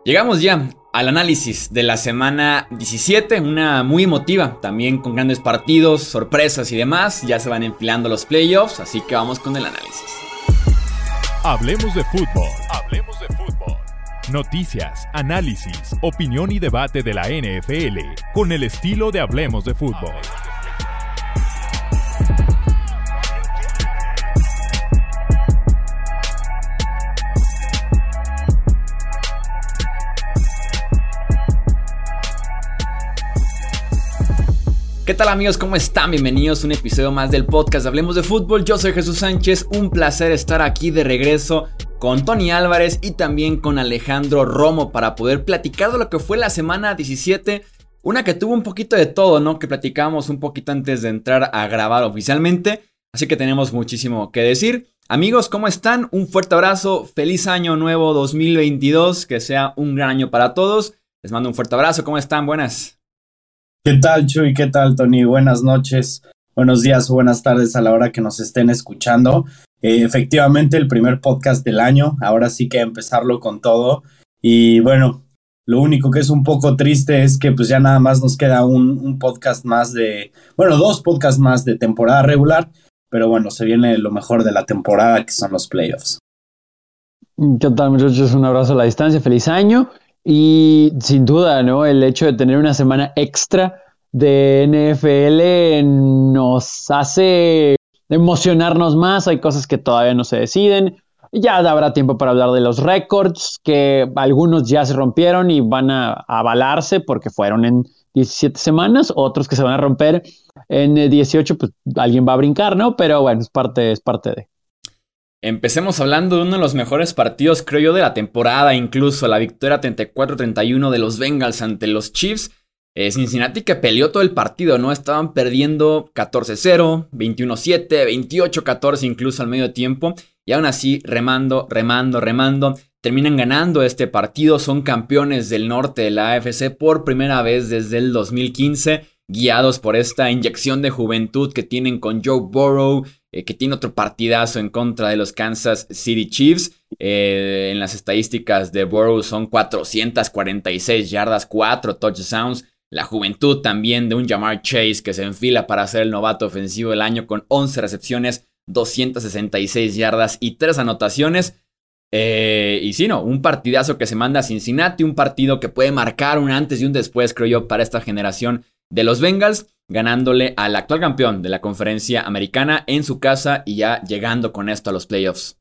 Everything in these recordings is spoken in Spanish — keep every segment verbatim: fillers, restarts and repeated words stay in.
Llegamos ya al análisis de la semana diecisiete, una muy emotiva, también con grandes partidos, sorpresas y demás. Ya se van enfilando los playoffs, así que vamos con el análisis. Hablemos de fútbol. Hablemos de fútbol. Noticias, análisis, opinión y debate de la N F L con el estilo de Hablemos de fútbol. ¿Qué tal, amigos? ¿Cómo están? Bienvenidos a un episodio más del podcast de Hablemos de Fútbol. Yo soy Jesús Sánchez, un placer estar aquí de regreso con Tony Álvarez y también con Alejandro Romo para poder platicar de lo que fue la semana diecisiete. Una que tuvo un poquito de todo, ¿no? Que platicábamos un poquito antes de entrar a grabar oficialmente. Así que tenemos muchísimo que decir. Amigos, ¿cómo están? Un fuerte abrazo. Feliz año nuevo dos mil veintidós. Que sea un gran año para todos. Les mando un fuerte abrazo. ¿Cómo están? Buenas. ¿Qué tal, Chuy? ¿Qué tal, Tony? Buenas noches, buenos días o buenas tardes a la hora que nos estén escuchando. Eh, efectivamente, el primer podcast del año, ahora sí que empezarlo con todo. Y bueno, lo único que es un poco triste es que pues ya nada más nos queda un, un podcast más de, bueno, dos podcasts más de temporada regular, pero bueno, se viene lo mejor de la temporada, que son los playoffs. ¿Qué tal, muchachos? Un abrazo a la distancia, feliz año. Y sin duda, ¿no? El hecho de tener una semana extra de N F L nos hace emocionarnos más. Hay cosas que todavía no se deciden. Ya habrá tiempo para hablar de los récords, que algunos ya se rompieron y van a avalarse porque fueron en diecisiete semanas. Otros que se van a romper en dieciocho, pues alguien va a brincar, ¿no? Pero bueno, es parte, es parte de... Empecemos hablando de uno de los mejores partidos, creo yo, de la temporada, incluso la victoria treinta y cuatro a treinta y uno de los Bengals ante los Chiefs. Eh, Cincinnati que peleó todo el partido, ¿no? Estaban perdiendo catorce cero, veintiuno siete, veintiocho catorce incluso al medio tiempo. Y aún así, remando, remando, remando, terminan ganando este partido. Son campeones del norte de la A F C por primera vez desde el dos mil quince. Guiados por esta inyección de juventud que tienen con Joe Burrow, eh, que tiene otro partidazo en contra de los Kansas City Chiefs. Eh, en las estadísticas de Burrow son cuatrocientas cuarenta y seis yardas, cuatro touchdowns. La juventud también de un Ja'Marr Chase que se enfila para ser el novato ofensivo del año con once recepciones, doscientas sesenta y seis yardas y tres anotaciones. Eh, y sí, no, un partidazo que se manda a Cincinnati, un partido que puede marcar un antes y un después, creo yo, para esta generación de los Bengals, ganándole al actual campeón de la conferencia americana en su casa y ya llegando con esto a los playoffs.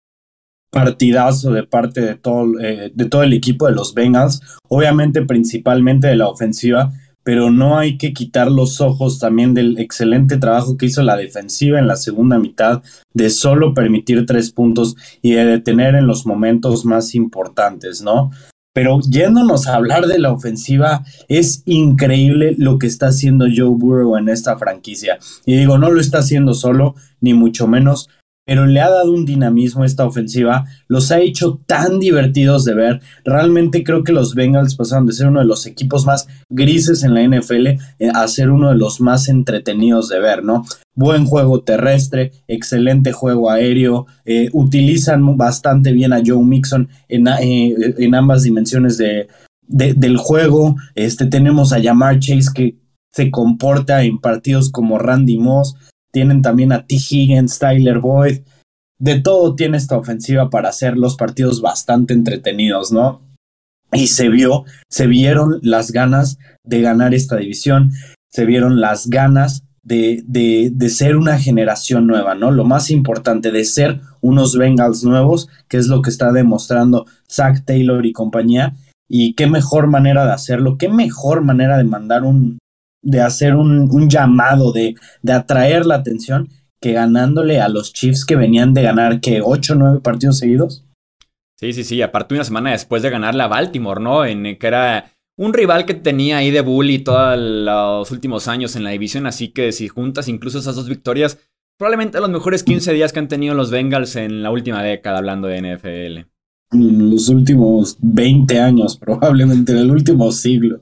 Partidazo de parte de todo, eh, de todo el equipo de los Bengals, obviamente principalmente de la ofensiva, pero no hay que quitar los ojos también del excelente trabajo que hizo la defensiva en la segunda mitad, de solo permitir tres puntos y de detener en los momentos más importantes, ¿no? Pero yéndonos a hablar de la ofensiva, es increíble lo que está haciendo Joe Burrow en esta franquicia. Y digo, no lo está haciendo solo, ni mucho menos, pero le ha dado un dinamismo a esta ofensiva, los ha hecho tan divertidos de ver. Realmente creo que los Bengals pasaron de ser uno de los equipos más grises en la N F L a ser uno de los más entretenidos de ver, ¿no? Buen juego terrestre, excelente juego aéreo, eh, utilizan bastante bien a Joe Mixon en, eh, en ambas dimensiones de, de, del juego. Este, tenemos a Ja'Marr Chase que se comporta en partidos como Randy Moss. Tienen también a T. Higgins, Tyler Boyd. De todo tiene esta ofensiva para hacer los partidos bastante entretenidos, ¿no? Y se vio, se vieron las ganas de ganar esta división, se vieron las ganas de, de, de ser una generación nueva, ¿no? Lo más importante, de ser unos Bengals nuevos, que es lo que está demostrando Zac Taylor y compañía. Y qué mejor manera de hacerlo, qué mejor manera de mandar un... de hacer un, un llamado, de, de atraer la atención, que ganándole a los Chiefs que venían de ganar, ¿qué? ¿ocho o nueve partidos seguidos? Sí, sí, sí, aparte una semana después de ganarle a Baltimore, ¿no? En que era un rival que tenía ahí de bully todos los últimos años en la división, así que si juntas incluso esas dos victorias, probablemente los mejores quince días que han tenido los Bengals en la última década, hablando de N F L. En los últimos veinte años, probablemente en el último siglo.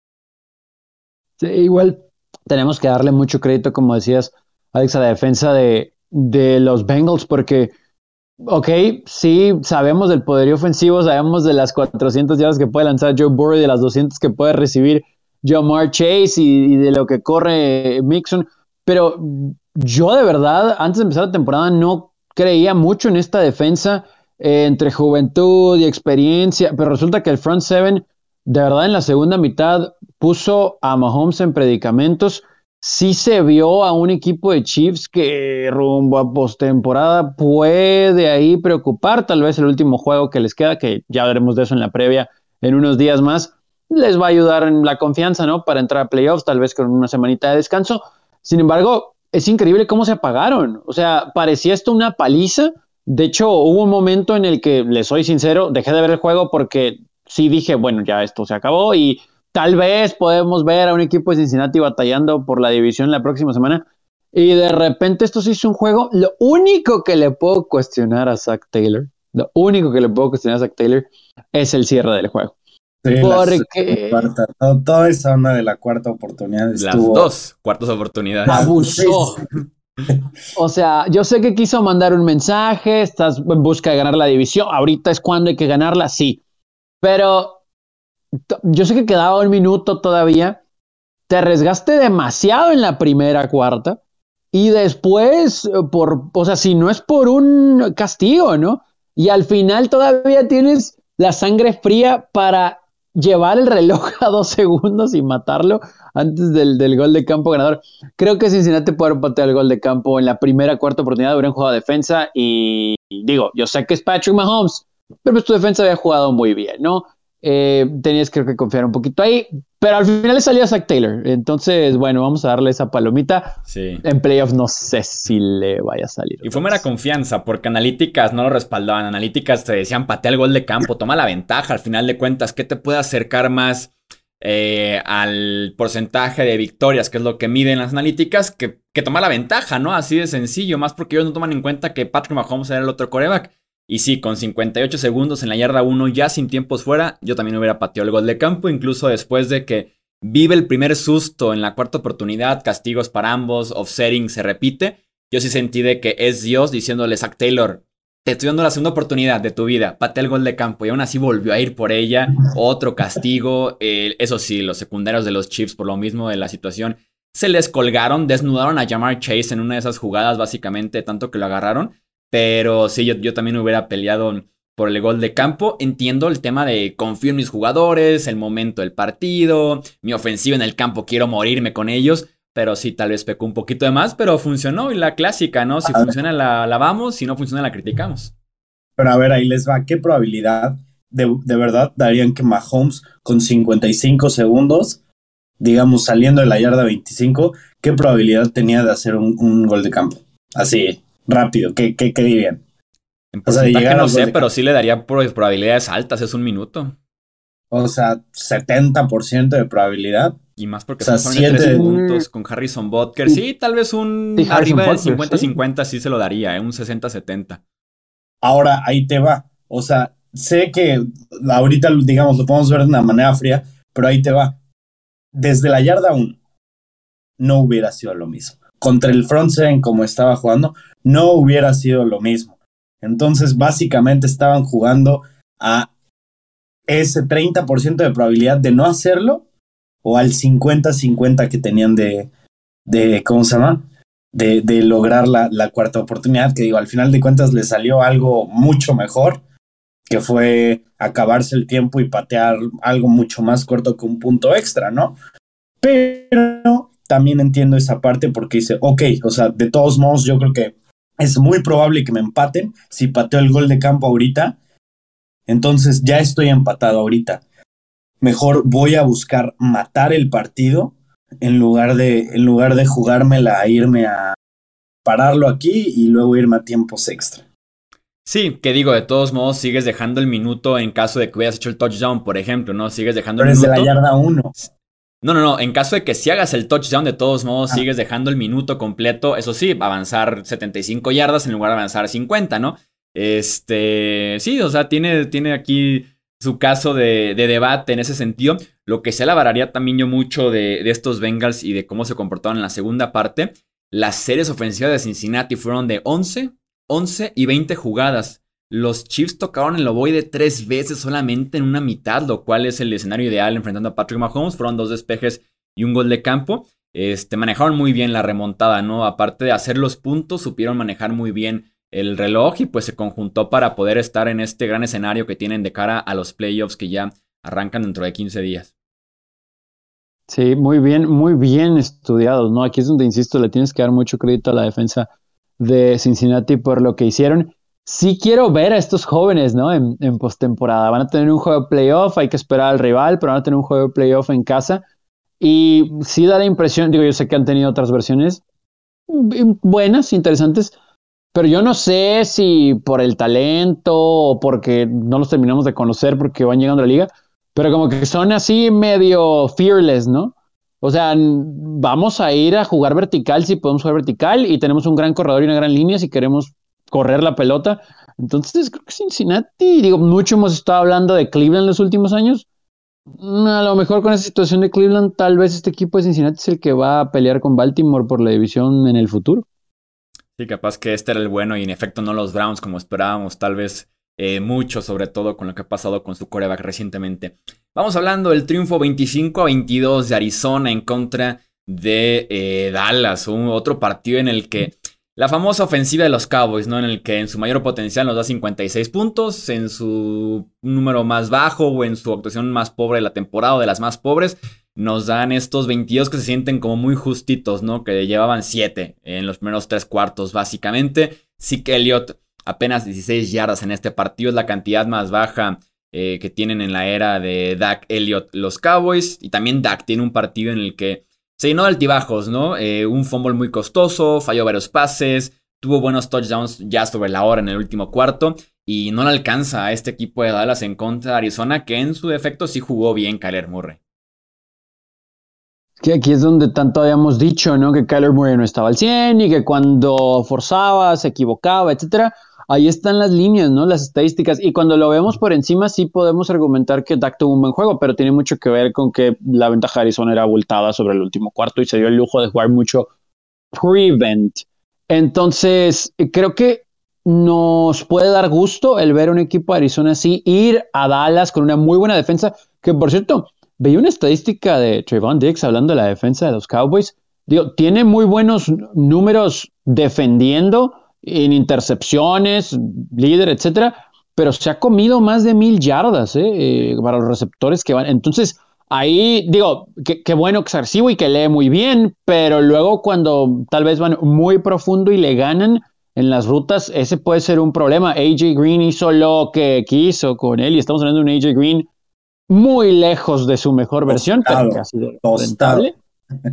Sí, igual tenemos que darle mucho crédito, como decías, Alex, a la defensa de, de los Bengals, porque Ok, sí, sabemos del poderío ofensivo, sabemos de las cuatrocientas yardas que puede lanzar Joe Burrow y de las doscientas que puede recibir Ja'Marr Chase y, y de lo que corre Mixon, pero yo de verdad, antes de empezar la temporada, no creía mucho en esta defensa eh, entre juventud y experiencia, pero resulta que el front seven, de verdad, en la segunda mitad puso a Mahomes en predicamentos. Sí se vio a un equipo de Chiefs que rumbo a postemporada puede ahí preocupar, tal vez el último juego que les queda, que ya veremos de eso en la previa en unos días más, les va a ayudar en la confianza, ¿no? Para entrar a playoffs, tal vez con una semanita de descanso. Sin embargo, es increíble cómo se apagaron, o sea, parecía esto una paliza. De hecho, hubo un momento en el que, les soy sincero, dejé de ver el juego porque sí dije, bueno, ya esto se acabó y tal vez podemos ver a un equipo de Cincinnati batallando por la división la próxima semana. Y de repente esto se hizo un juego. Lo único que le puedo cuestionar a Zach Taylor, lo único que le puedo cuestionar a Zach Taylor es el cierre del juego. Sí, Porque la cuarta, todo, toda esa onda de la cuarta oportunidad estuvo... Las dos cuartas oportunidades. Abusó. O sea, yo sé que quiso mandar un mensaje, estás en busca de ganar la división, ahorita es cuando hay que ganarla, sí. Pero yo sé que quedaba un minuto todavía, te arriesgaste demasiado en la primera cuarta y después, por, o sea, si no es por un castigo, ¿no? Y al final todavía tienes la sangre fría para llevar el reloj a dos segundos y matarlo antes del, del gol de campo ganador. Creo que Cincinnati puede patear el gol de campo en la primera cuarta oportunidad, hubieran jugado defensa y digo, yo sé que es Patrick Mahomes, pero pues tu defensa había jugado muy bien, ¿no? Eh, tenías creo que confiar un poquito ahí, pero al final le salió a Zach Taylor, entonces bueno, vamos a darle esa palomita. Sí. En playoffs no sé si le vaya a salir. Y fue mera confianza, porque analíticas no lo respaldaban, analíticas te decían patea el gol de campo, toma la ventaja, al final de cuentas, ¿qué te puede acercar más eh, al porcentaje de victorias, que es lo que miden las analíticas, que, que tomar la ventaja, ¿no? Así de sencillo, más porque ellos no toman en cuenta que Patrick Mahomes era el otro quarterback. Y sí, con cincuenta y ocho segundos en la yarda uno, ya sin tiempos fuera, yo también hubiera pateado el gol de campo, incluso después de que vive el primer susto en la cuarta oportunidad, castigos para ambos, offsetting se repite. Yo sí sentí de que es Dios diciéndole a Zach Taylor, te estoy dando la segunda oportunidad de tu vida, patea el gol de campo. Y aún así volvió a ir por ella, otro castigo. Eh, eso sí, los secundarios de los Chiefs, por lo mismo de la situación, se les colgaron, desnudaron a Ja'Marr Chase en una de esas jugadas, básicamente, tanto que lo agarraron. Pero sí, yo, yo también hubiera peleado por el gol de campo. Entiendo el tema de confío en mis jugadores, el momento del partido, mi ofensiva en el campo, quiero morirme con ellos. Pero sí, tal vez pecó un poquito de más, pero funcionó. Y la clásica, ¿no? Si funciona la, la vamos, si no funciona la criticamos. Pero a ver, ahí les va. ¿Qué probabilidad de, de verdad darían que Mahomes con cincuenta y cinco segundos, digamos saliendo de la yarda veinticinco, qué probabilidad tenía de hacer un, un gol de campo? Así, rápido, ¿qué, qué, qué dirían? En porcentaje o sea, no sé, pero sí le daría probabilidades altas, es un minuto. O sea, setenta por ciento de probabilidad. Y más porque o sea, son siete... tres puntos con Harrison Butker. Sí, tal vez un sí, arriba del cincuenta cincuenta sí. sí se lo daría, ¿eh? Un sesenta setenta. Ahora, ahí te va. O sea, sé que ahorita, digamos, lo podemos ver de una manera fría, pero ahí te va. Desde la yarda uno, no hubiera sido lo mismo. Contra el front seven, como estaba jugando, no hubiera sido lo mismo. Entonces, básicamente estaban jugando a ese treinta por ciento de probabilidad de no hacerlo o al cincuenta cincuenta que tenían de, de ¿cómo se llama? De, de lograr la, la cuarta oportunidad, que digo, al final de cuentas le salió algo mucho mejor, que fue acabarse el tiempo y patear algo mucho más corto que un punto extra, ¿no? Pero también entiendo esa parte porque dice, ok, o sea, de todos modos yo creo que es muy probable que me empaten si pateo el gol de campo ahorita, entonces ya estoy empatado ahorita. Mejor voy a buscar matar el partido en lugar de, en lugar de jugármela a irme a pararlo aquí y luego irme a tiempos extra. Sí, que digo, de todos modos sigues dejando el minuto en caso de que hubieras hecho el touchdown, por ejemplo, ¿no? Sigues dejando Pero el minuto. minuto. Desde la yarda uno. No, no, no, en caso de que si hagas el touchdown, de todos modos ah. sigues dejando el minuto completo. Eso sí, avanzar setenta y cinco yardas en lugar de avanzar cincuenta, ¿no? Este, sí, o sea, tiene, tiene aquí su caso de, de debate en ese sentido. Lo que se alabaría también yo mucho de, de estos Bengals y de cómo se comportaron en la segunda parte. Las series ofensivas de Cincinnati fueron de once, once y veinte jugadas. Los Chiefs tocaron el ovoide tres veces solamente en una mitad, lo cual es el escenario ideal enfrentando a Patrick Mahomes. Fueron dos despejes y un gol de campo. Este, manejaron muy bien la remontada, ¿no? Aparte de hacer los puntos, supieron manejar muy bien el reloj y pues se conjuntó para poder estar en este gran escenario que tienen de cara a los playoffs que ya arrancan dentro de quince días. Sí, muy bien, muy bien estudiados, ¿no? Aquí es donde, insisto, le tienes que dar mucho crédito a la defensa de Cincinnati por lo que hicieron. Sí quiero ver a estos jóvenes, ¿no? En, en postemporada. Van a tener un juego de playoff, hay que esperar al rival, pero van a tener un juego de playoff en casa. Y sí da la impresión, digo, yo sé que han tenido otras versiones buenas, interesantes, pero yo no sé si por el talento o porque no los terminamos de conocer porque van llegando a la liga, pero como que son así medio fearless, ¿no? O sea, vamos a ir a jugar vertical si podemos jugar vertical y tenemos un gran corredor y una gran línea si queremos correr la pelota. Entonces creo que Cincinnati, digo, mucho hemos estado hablando de Cleveland en los últimos años. A lo mejor con esa situación de Cleveland, tal vez este equipo de Cincinnati es el que va a pelear con Baltimore por la división en el futuro. Sí, capaz que este era el bueno y en efecto no los Browns como esperábamos, tal vez eh, mucho, sobre todo con lo que ha pasado con su quarterback recientemente. Vamos hablando del triunfo veinticinco a veintidós de Arizona en contra de eh, Dallas, un otro partido en el que la famosa ofensiva de los Cowboys, ¿no? En el que en su mayor potencial nos da cincuenta y seis puntos, en su número más bajo o en su actuación más pobre de la temporada o de las más pobres, nos dan estos veintidós que se sienten como muy justitos, ¿no? Que llevaban siete en los primeros tres cuartos, básicamente. Zeke Elliott, apenas dieciséis yardas en este partido, es la cantidad más baja eh, que tienen en la era de Dak Elliott los Cowboys. Y también Dak tiene un partido en el que se llenó de altibajos, ¿no? Eh, un fumble muy costoso, falló varios pases, tuvo buenos touchdowns ya sobre la hora en el último cuarto y no le alcanza a este equipo de Dallas en contra de Arizona, que en su defecto sí jugó bien Kyler Murray. Que aquí es donde tanto habíamos dicho, ¿no? Que Kyler Murray no estaba al cien y que cuando forzaba se equivocaba, etcétera. Ahí están las líneas, ¿no? Las estadísticas. Y cuando lo vemos por encima, sí podemos argumentar que Dak tuvo un buen juego, pero tiene mucho que ver con que la ventaja de Arizona era abultada sobre el último cuarto y se dio el lujo de jugar mucho prevent. Entonces, creo que nos puede dar gusto el ver a un equipo de Arizona así, ir a Dallas con una muy buena defensa, que por cierto, veía una estadística de Trevon Diggs hablando de la defensa de los Cowboys. Digo, tiene muy buenos números defendiendo en intercepciones, líder, etcétera, pero se ha comido más de mil yardas ¿eh? Eh, para los receptores que van. Entonces, ahí digo, qué bueno que es agresivo y que lee muy bien, pero luego cuando tal vez van muy profundo y le ganan en las rutas, ese puede ser un problema. A J Green hizo lo que quiso con él y estamos hablando de un A J Green muy lejos de su mejor versión, tostado, pero que ha sido tostado. rentable.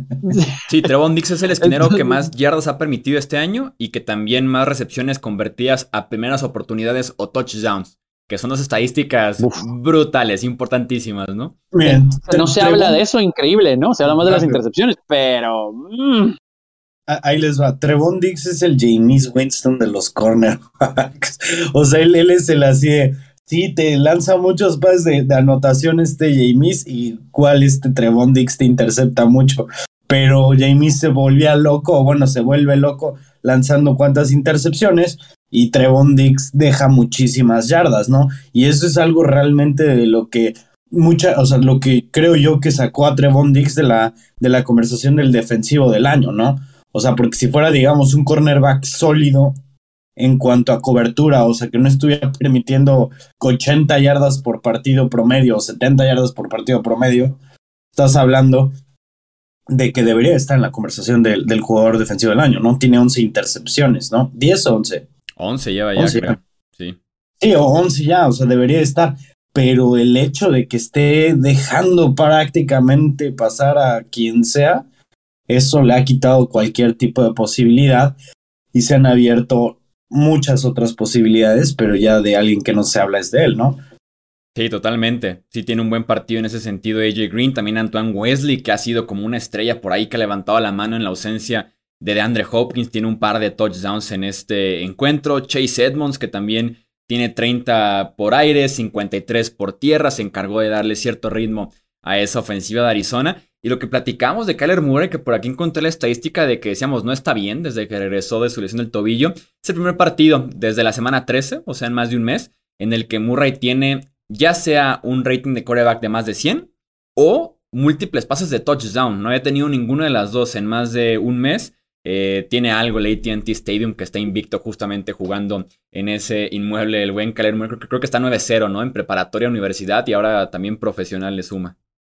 Sí, Trevon Diggs es el esquinero que más yardas ha permitido este año y que también más recepciones convertidas a primeras oportunidades o touchdowns, que son dos estadísticas Uf. brutales, importantísimas, ¿no? Bien. No se Trevon... habla de eso, increíble, ¿no? Se habla más de las intercepciones, pero... Mm. Ahí les va. Trevon Diggs es el Jameis Winston de los cornerbacks. O sea, él, él es el así de... Sí, te lanza muchos pases de, de anotación este Jameis y cuál este Trevon Diggs te intercepta mucho. Pero Jameis se volvía loco, o bueno, se vuelve loco lanzando cuantas intercepciones y Trevon Diggs deja muchísimas yardas, ¿no? Y eso es algo realmente de lo que mucha, o sea, lo que creo yo que sacó a Trevon Diggs de la, de la conversación del defensivo del año, ¿no? O sea, porque si fuera, digamos, un cornerback sólido en cuanto a cobertura, o sea, que no estuviera permitiendo ochenta yardas por partido promedio o setenta yardas por partido promedio, estás hablando de que debería estar en la conversación del, del jugador defensivo del año, ¿no? Tiene once intercepciones, ¿no? diez o once. once lleva ya, once creo. Ya. Sí. Sí, o once ya, o sea, debería estar. Pero el hecho de que esté dejando prácticamente pasar a quien sea, eso le ha quitado cualquier tipo de posibilidad y se han abierto muchas otras posibilidades, pero ya de alguien que no se habla es de él, ¿no? Sí, totalmente. Sí tiene un buen partido en ese sentido A J Green, también Antoine Wesley, que ha sido como una estrella por ahí que ha levantado la mano en la ausencia de DeAndre Hopkins, tiene un par de touchdowns en este encuentro. Chase Edmonds, que también tiene treinta por aire, cincuenta y tres por tierra, se encargó de darle cierto ritmo a esa ofensiva de Arizona. Y lo que platicamos de Kyler Murray, que por aquí encontré la estadística de que decíamos no está bien desde que regresó de su lesión del tobillo. Es el primer partido desde la semana trece, o sea, en más de un mes, en el que Murray tiene ya sea un rating de quarterback de más de cien o múltiples pases de touchdown. No había tenido ninguna de las dos en más de un mes. Eh, tiene algo el A T and T Stadium, que está invicto justamente jugando en ese inmueble el buen Kyler Murray. Creo, creo que está nueve cero, ¿no? En preparatoria, universidad y ahora también profesional le suma.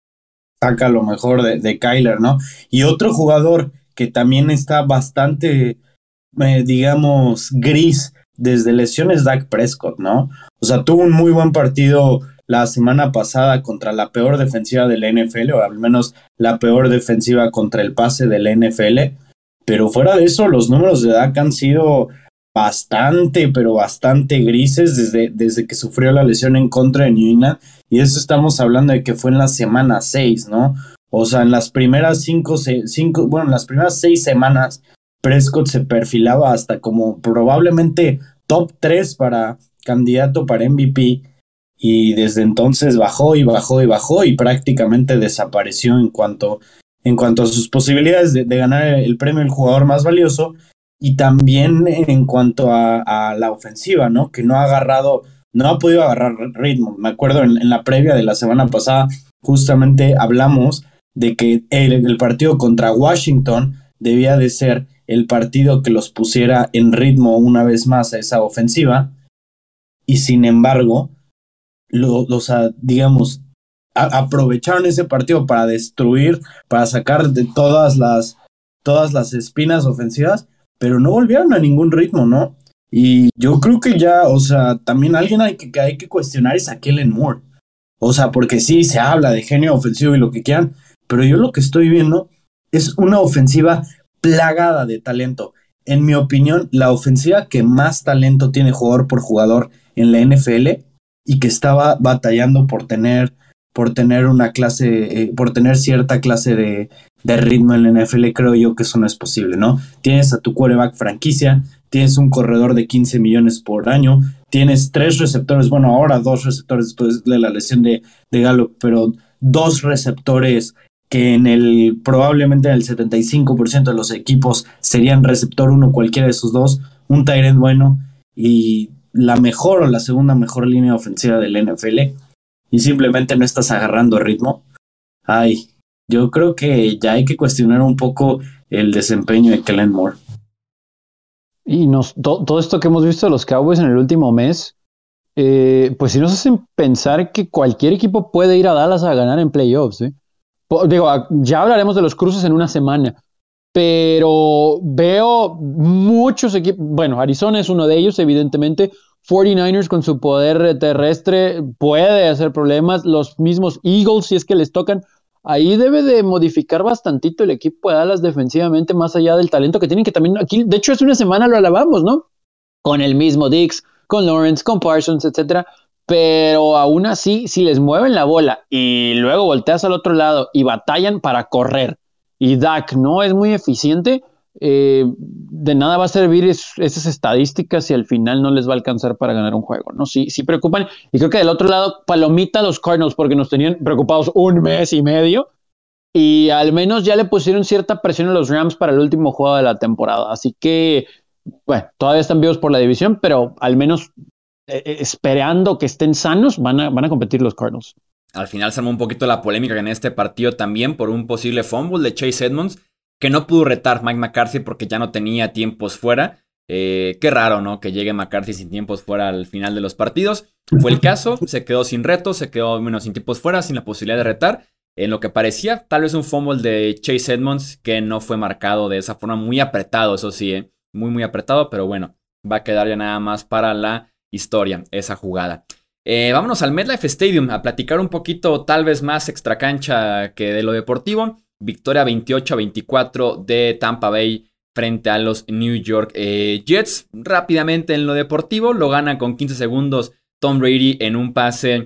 Saca lo mejor de, de Kyler, ¿no? Y otro jugador que también está bastante, eh, digamos, gris desde lesiones, Dak Prescott, ¿no? O sea, tuvo un muy buen partido la semana pasada contra la peor defensiva de la N F L, o al menos la peor defensiva contra el pase de la N F L, pero fuera de eso, los números de Dak han sido bastante, pero bastante grises desde, desde que sufrió la lesión en contra de New England. Y eso estamos hablando de que fue en la semana seis, ¿no? O sea, en las primeras cinco, cinco, bueno, en las primeras seis semanas, Prescott se perfilaba hasta como probablemente top tres para candidato para M V P. Y desde entonces bajó y bajó y bajó y prácticamente desapareció en cuanto, en cuanto a sus posibilidades de, de ganar el premio del jugador más valioso. Y también en cuanto a, a la ofensiva, ¿no? Que no ha agarrado, no ha podido agarrar ritmo. Me acuerdo en, en la previa de la semana pasada, justamente hablamos de que el, el partido contra Washington debía de ser el partido que los pusiera en ritmo una vez más a esa ofensiva. Y sin embargo, lo, los, digamos, a, aprovecharon ese partido para destruir, para sacar de todas las, todas las espinas ofensivas, pero no volvieron a ningún ritmo, ¿no? Y yo creo que ya, o sea, también alguien hay que, que hay que cuestionar es a Kellen Moore. O sea, porque sí, se habla de genio ofensivo y lo que quieran, pero yo lo que estoy viendo es una ofensiva plagada de talento. En mi opinión, la ofensiva que más talento tiene jugador por jugador en la N F L y que estaba batallando por tener, por tener una clase, eh, por tener cierta clase de, de ritmo en la N F L, creo yo que eso no es posible, ¿no? Tienes a tu quarterback franquicia, tienes un corredor de quince millones por año, tienes tres receptores, bueno, ahora dos receptores después de la lesión de, de Gallup, pero dos receptores que en el, probablemente en el setenta y cinco por ciento de los equipos serían receptor uno, cualquiera de esos dos, un tight end bueno, y la mejor o la segunda mejor línea ofensiva del N F L, y simplemente no estás agarrando ritmo. Ay, yo creo que ya hay que cuestionar un poco el desempeño de Kellen Moore. Y nos, to, todo esto que hemos visto de los Cowboys en el último mes, eh, pues sí nos hacen pensar que cualquier equipo puede ir a Dallas a ganar en playoffs, ¿eh? Digo, ya hablaremos de los cruces en una semana, pero veo muchos equipos, bueno, Arizona es uno de ellos, evidentemente, cuarenta y nueve ers con su poder terrestre puede hacer problemas, los mismos Eagles, si es que les tocan, ahí debe de modificar bastantito el equipo de Dallas defensivamente, más allá del talento que tienen, que también aquí, de hecho, hace una semana lo alabamos, ¿no? Con el mismo Diggs, con Lawrence, con Parsons, etcétera. Pero aún así, si les mueven la bola y luego volteas al otro lado y batallan para correr y Dak no es muy eficiente, eh, de nada va a servir es, esas estadísticas si al final no les va a alcanzar para ganar un juego, ¿no? Sí, sí preocupan. Y creo que del otro lado, palomita a los Cardinals porque nos tenían preocupados un mes y medio y al menos ya le pusieron cierta presión a los Rams para el último juego de la temporada. Así que, bueno, todavía están vivos por la división, pero al menos Eh, esperando que estén sanos, van a, van a competir los Cardinals. Al final se armó un poquito la polémica en este partido también por un posible fumble de Chase Edmonds, que no pudo retar Mike McCarthy porque ya no tenía tiempos fuera. Eh, qué raro, ¿no? Que llegue McCarthy sin tiempos fuera al final de los partidos. Fue el caso, se quedó sin reto, se quedó bueno, sin tiempos fuera, sin la posibilidad de retar. En lo que parecía tal vez un fumble de Chase Edmonds que no fue marcado de esa forma, muy apretado, eso sí, ¿eh? Muy, muy apretado, pero bueno, va a quedar ya nada más para la historia esa jugada. Eh, vámonos al MetLife Stadium a platicar un poquito tal vez más extracancha que de lo deportivo. Victoria veintiocho a veinticuatro de Tampa Bay frente a los New York eh, Jets. Rápidamente en lo deportivo lo gana con quince segundos Tom Brady en un pase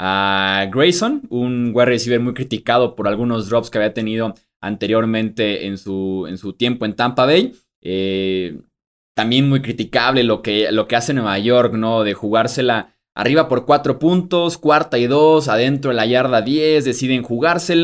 a Grayson, un wide receiver muy criticado por algunos drops que había tenido anteriormente en su, en su tiempo en Tampa Bay. Eh... También muy criticable lo que, lo que hace Nueva York, ¿no? De jugársela arriba por cuatro puntos, cuarta y dos, adentro de la yarda diez, deciden jugársela.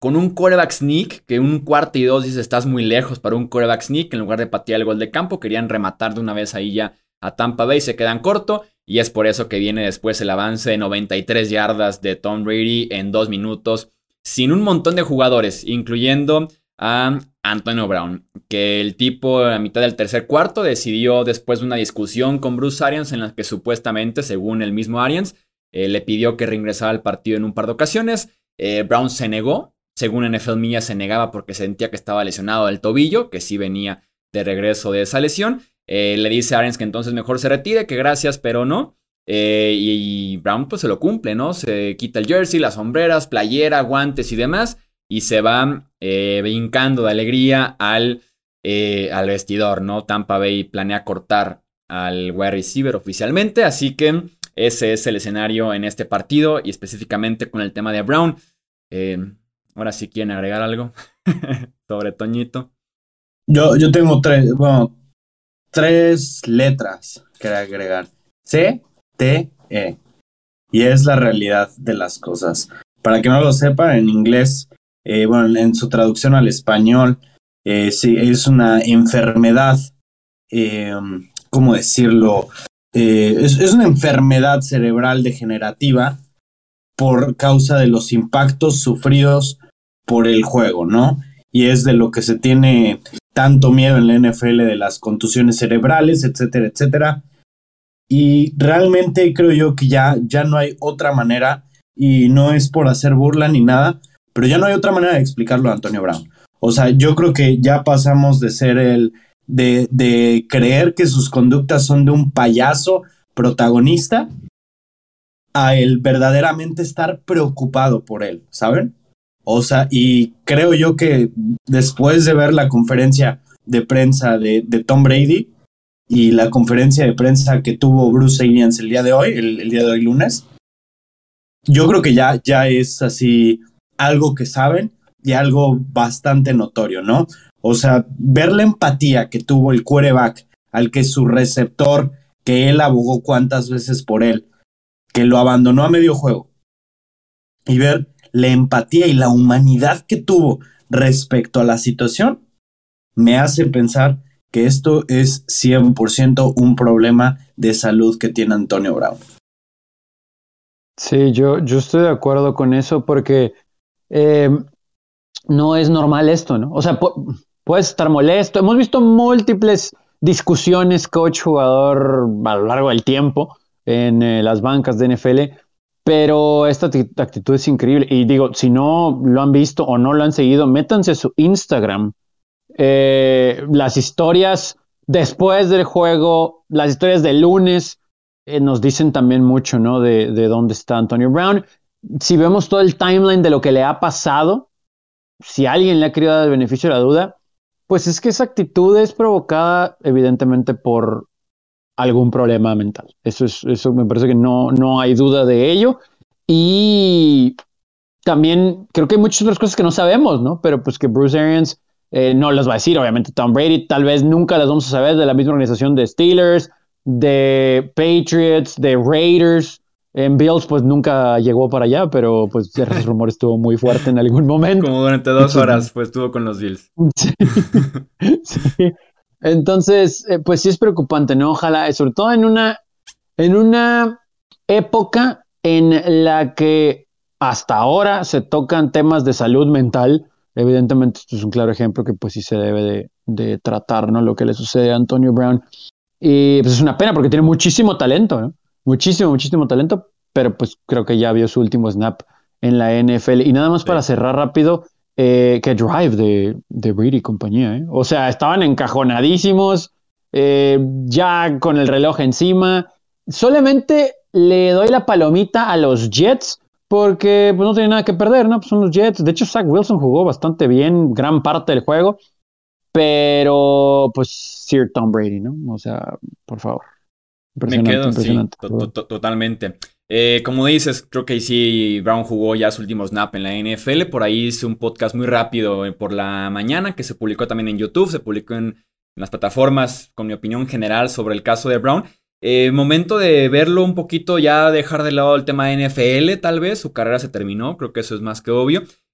con un quarterback sneak, que un cuarto y dos dices estás muy lejos para un quarterback sneak, en lugar de patear el gol de campo, querían rematar de una vez ahí ya a Tampa Bay, se quedan corto, y es por eso que viene después el avance de noventa y tres yardas de Tom Brady en dos minutos, sin un montón de jugadores, incluyendo a Antonio Brown, que el tipo a mitad del tercer cuarto decidió, después de una discusión con Bruce Arians, en la que supuestamente, según el mismo Arians, eh, le pidió que reingresara al partido en un par de ocasiones. eh, Brown se negó, según N F L Media se negaba porque sentía que estaba lesionado del tobillo, que sí venía de regreso de esa lesión. Eh, le dice a Arians que entonces mejor se retire, que gracias, pero no. Eh, y, y Brown pues se lo cumple, ¿no? Se quita el jersey, las sombreras, playera, guantes y demás, y se va eh, brincando de alegría al, eh, al vestidor, ¿no? Tampa Bay planea cortar al wide receiver oficialmente, así que ese es el escenario en este partido, y específicamente con el tema de Brown. Eh, ahora sí quieren agregar algo sobre Toñito. Yo, yo tengo tres, bueno, tres letras que agregar. C, T, E. Y es la realidad de las cosas. Para que no lo sepa, en inglés, eh, bueno, en su traducción al español, eh, sí, es una enfermedad, eh, ¿cómo decirlo? Eh, es, es una enfermedad cerebral degenerativa por causa de los impactos sufridos por el juego, ¿no? Y es de lo que se tiene tanto miedo en la N F L, de las contusiones cerebrales, etcétera, etcétera. Y realmente creo yo que ya, ya no hay otra manera, y no es por hacer burla ni nada, pero ya no hay otra manera de explicarlo a Antonio Brown. O sea, yo creo que ya pasamos de ser el, de, de creer que sus conductas son de un payaso protagonista, a el verdaderamente estar preocupado por él, ¿saben? O sea, y creo yo que después de ver la conferencia de prensa de, de Tom Brady y la conferencia de prensa que tuvo Bruce Arians el día de hoy, el, el día de hoy lunes, yo creo que ya, ya es así algo que saben y algo bastante notorio, ¿no? O sea, ver la empatía que tuvo el quarterback al que su receptor, que él abogó cuántas veces por él, que lo abandonó a medio juego, y ver la empatía y la humanidad que tuvo respecto a la situación, me hace pensar que esto es cien por ciento un problema de salud que tiene Antonio Brown. Sí, yo, yo estoy de acuerdo con eso porque eh, no es normal esto, ¿no? O sea, pu- puedes estar molesto. Hemos visto múltiples discusiones coach-jugador a lo largo del tiempo en eh, las bancas de N F L, pero esta acti- actitud es increíble. Y digo, si no lo han visto o no lo han seguido, métanse a su Instagram. Eh, las historias después del juego, las historias del lunes, eh, nos dicen también mucho, ¿no? De, de dónde está Antonio Brown. Si vemos todo el timeline de lo que le ha pasado, si alguien le ha querido dar el beneficio de la duda, pues es que esa actitud es provocada evidentemente por algún problema mental. Eso es, eso me parece que no, no hay duda de ello. Y también creo que hay muchas otras cosas que no sabemos, ¿no? Pero pues que Bruce Arians eh, no las va a decir, obviamente Tom Brady, tal vez nunca las vamos a saber, de la misma organización de Steelers, de Patriots, de Raiders. En Bills pues nunca llegó para allá, pero pues ese rumor estuvo muy fuerte en algún momento. Como durante dos horas pues estuvo con los Bills. Sí. Sí. Entonces, eh, pues sí es preocupante, ¿no? Ojalá, sobre todo en una, en una época en la que hasta ahora se tocan temas de salud mental. Evidentemente, esto es un claro ejemplo que pues sí se debe de, de tratar, ¿no? Lo que le sucede a Antonio Brown. Y pues es una pena porque tiene muchísimo talento, ¿no? Muchísimo, muchísimo talento, pero pues creo que ya vio su último snap en la N F L. Y nada más sí. Para cerrar rápido, eh, que drive de, de Brady y compañía, ¿eh? O sea, estaban encajonadísimos, eh, ya con el reloj encima. Solamente le doy la palomita a los Jets porque pues, no tienen nada que perder, ¿no? Pues son los Jets. De hecho, Zach Wilson jugó bastante bien gran parte del juego, pero pues Sir Tom Brady, ¿no? O sea, por favor. Me quedo, sí, to- to- totalmente. Eh, como dices, creo que sí, Brown jugó ya su último snap en la N F L. Por ahí hice un podcast muy rápido eh, por la mañana que se publicó también en YouTube, se publicó en, en las plataformas con mi opinión general sobre el caso de Brown. Eh, momento de verlo un poquito, ya dejar de lado el tema de N F L, tal vez. Su carrera se terminó, creo que eso es más que obvio.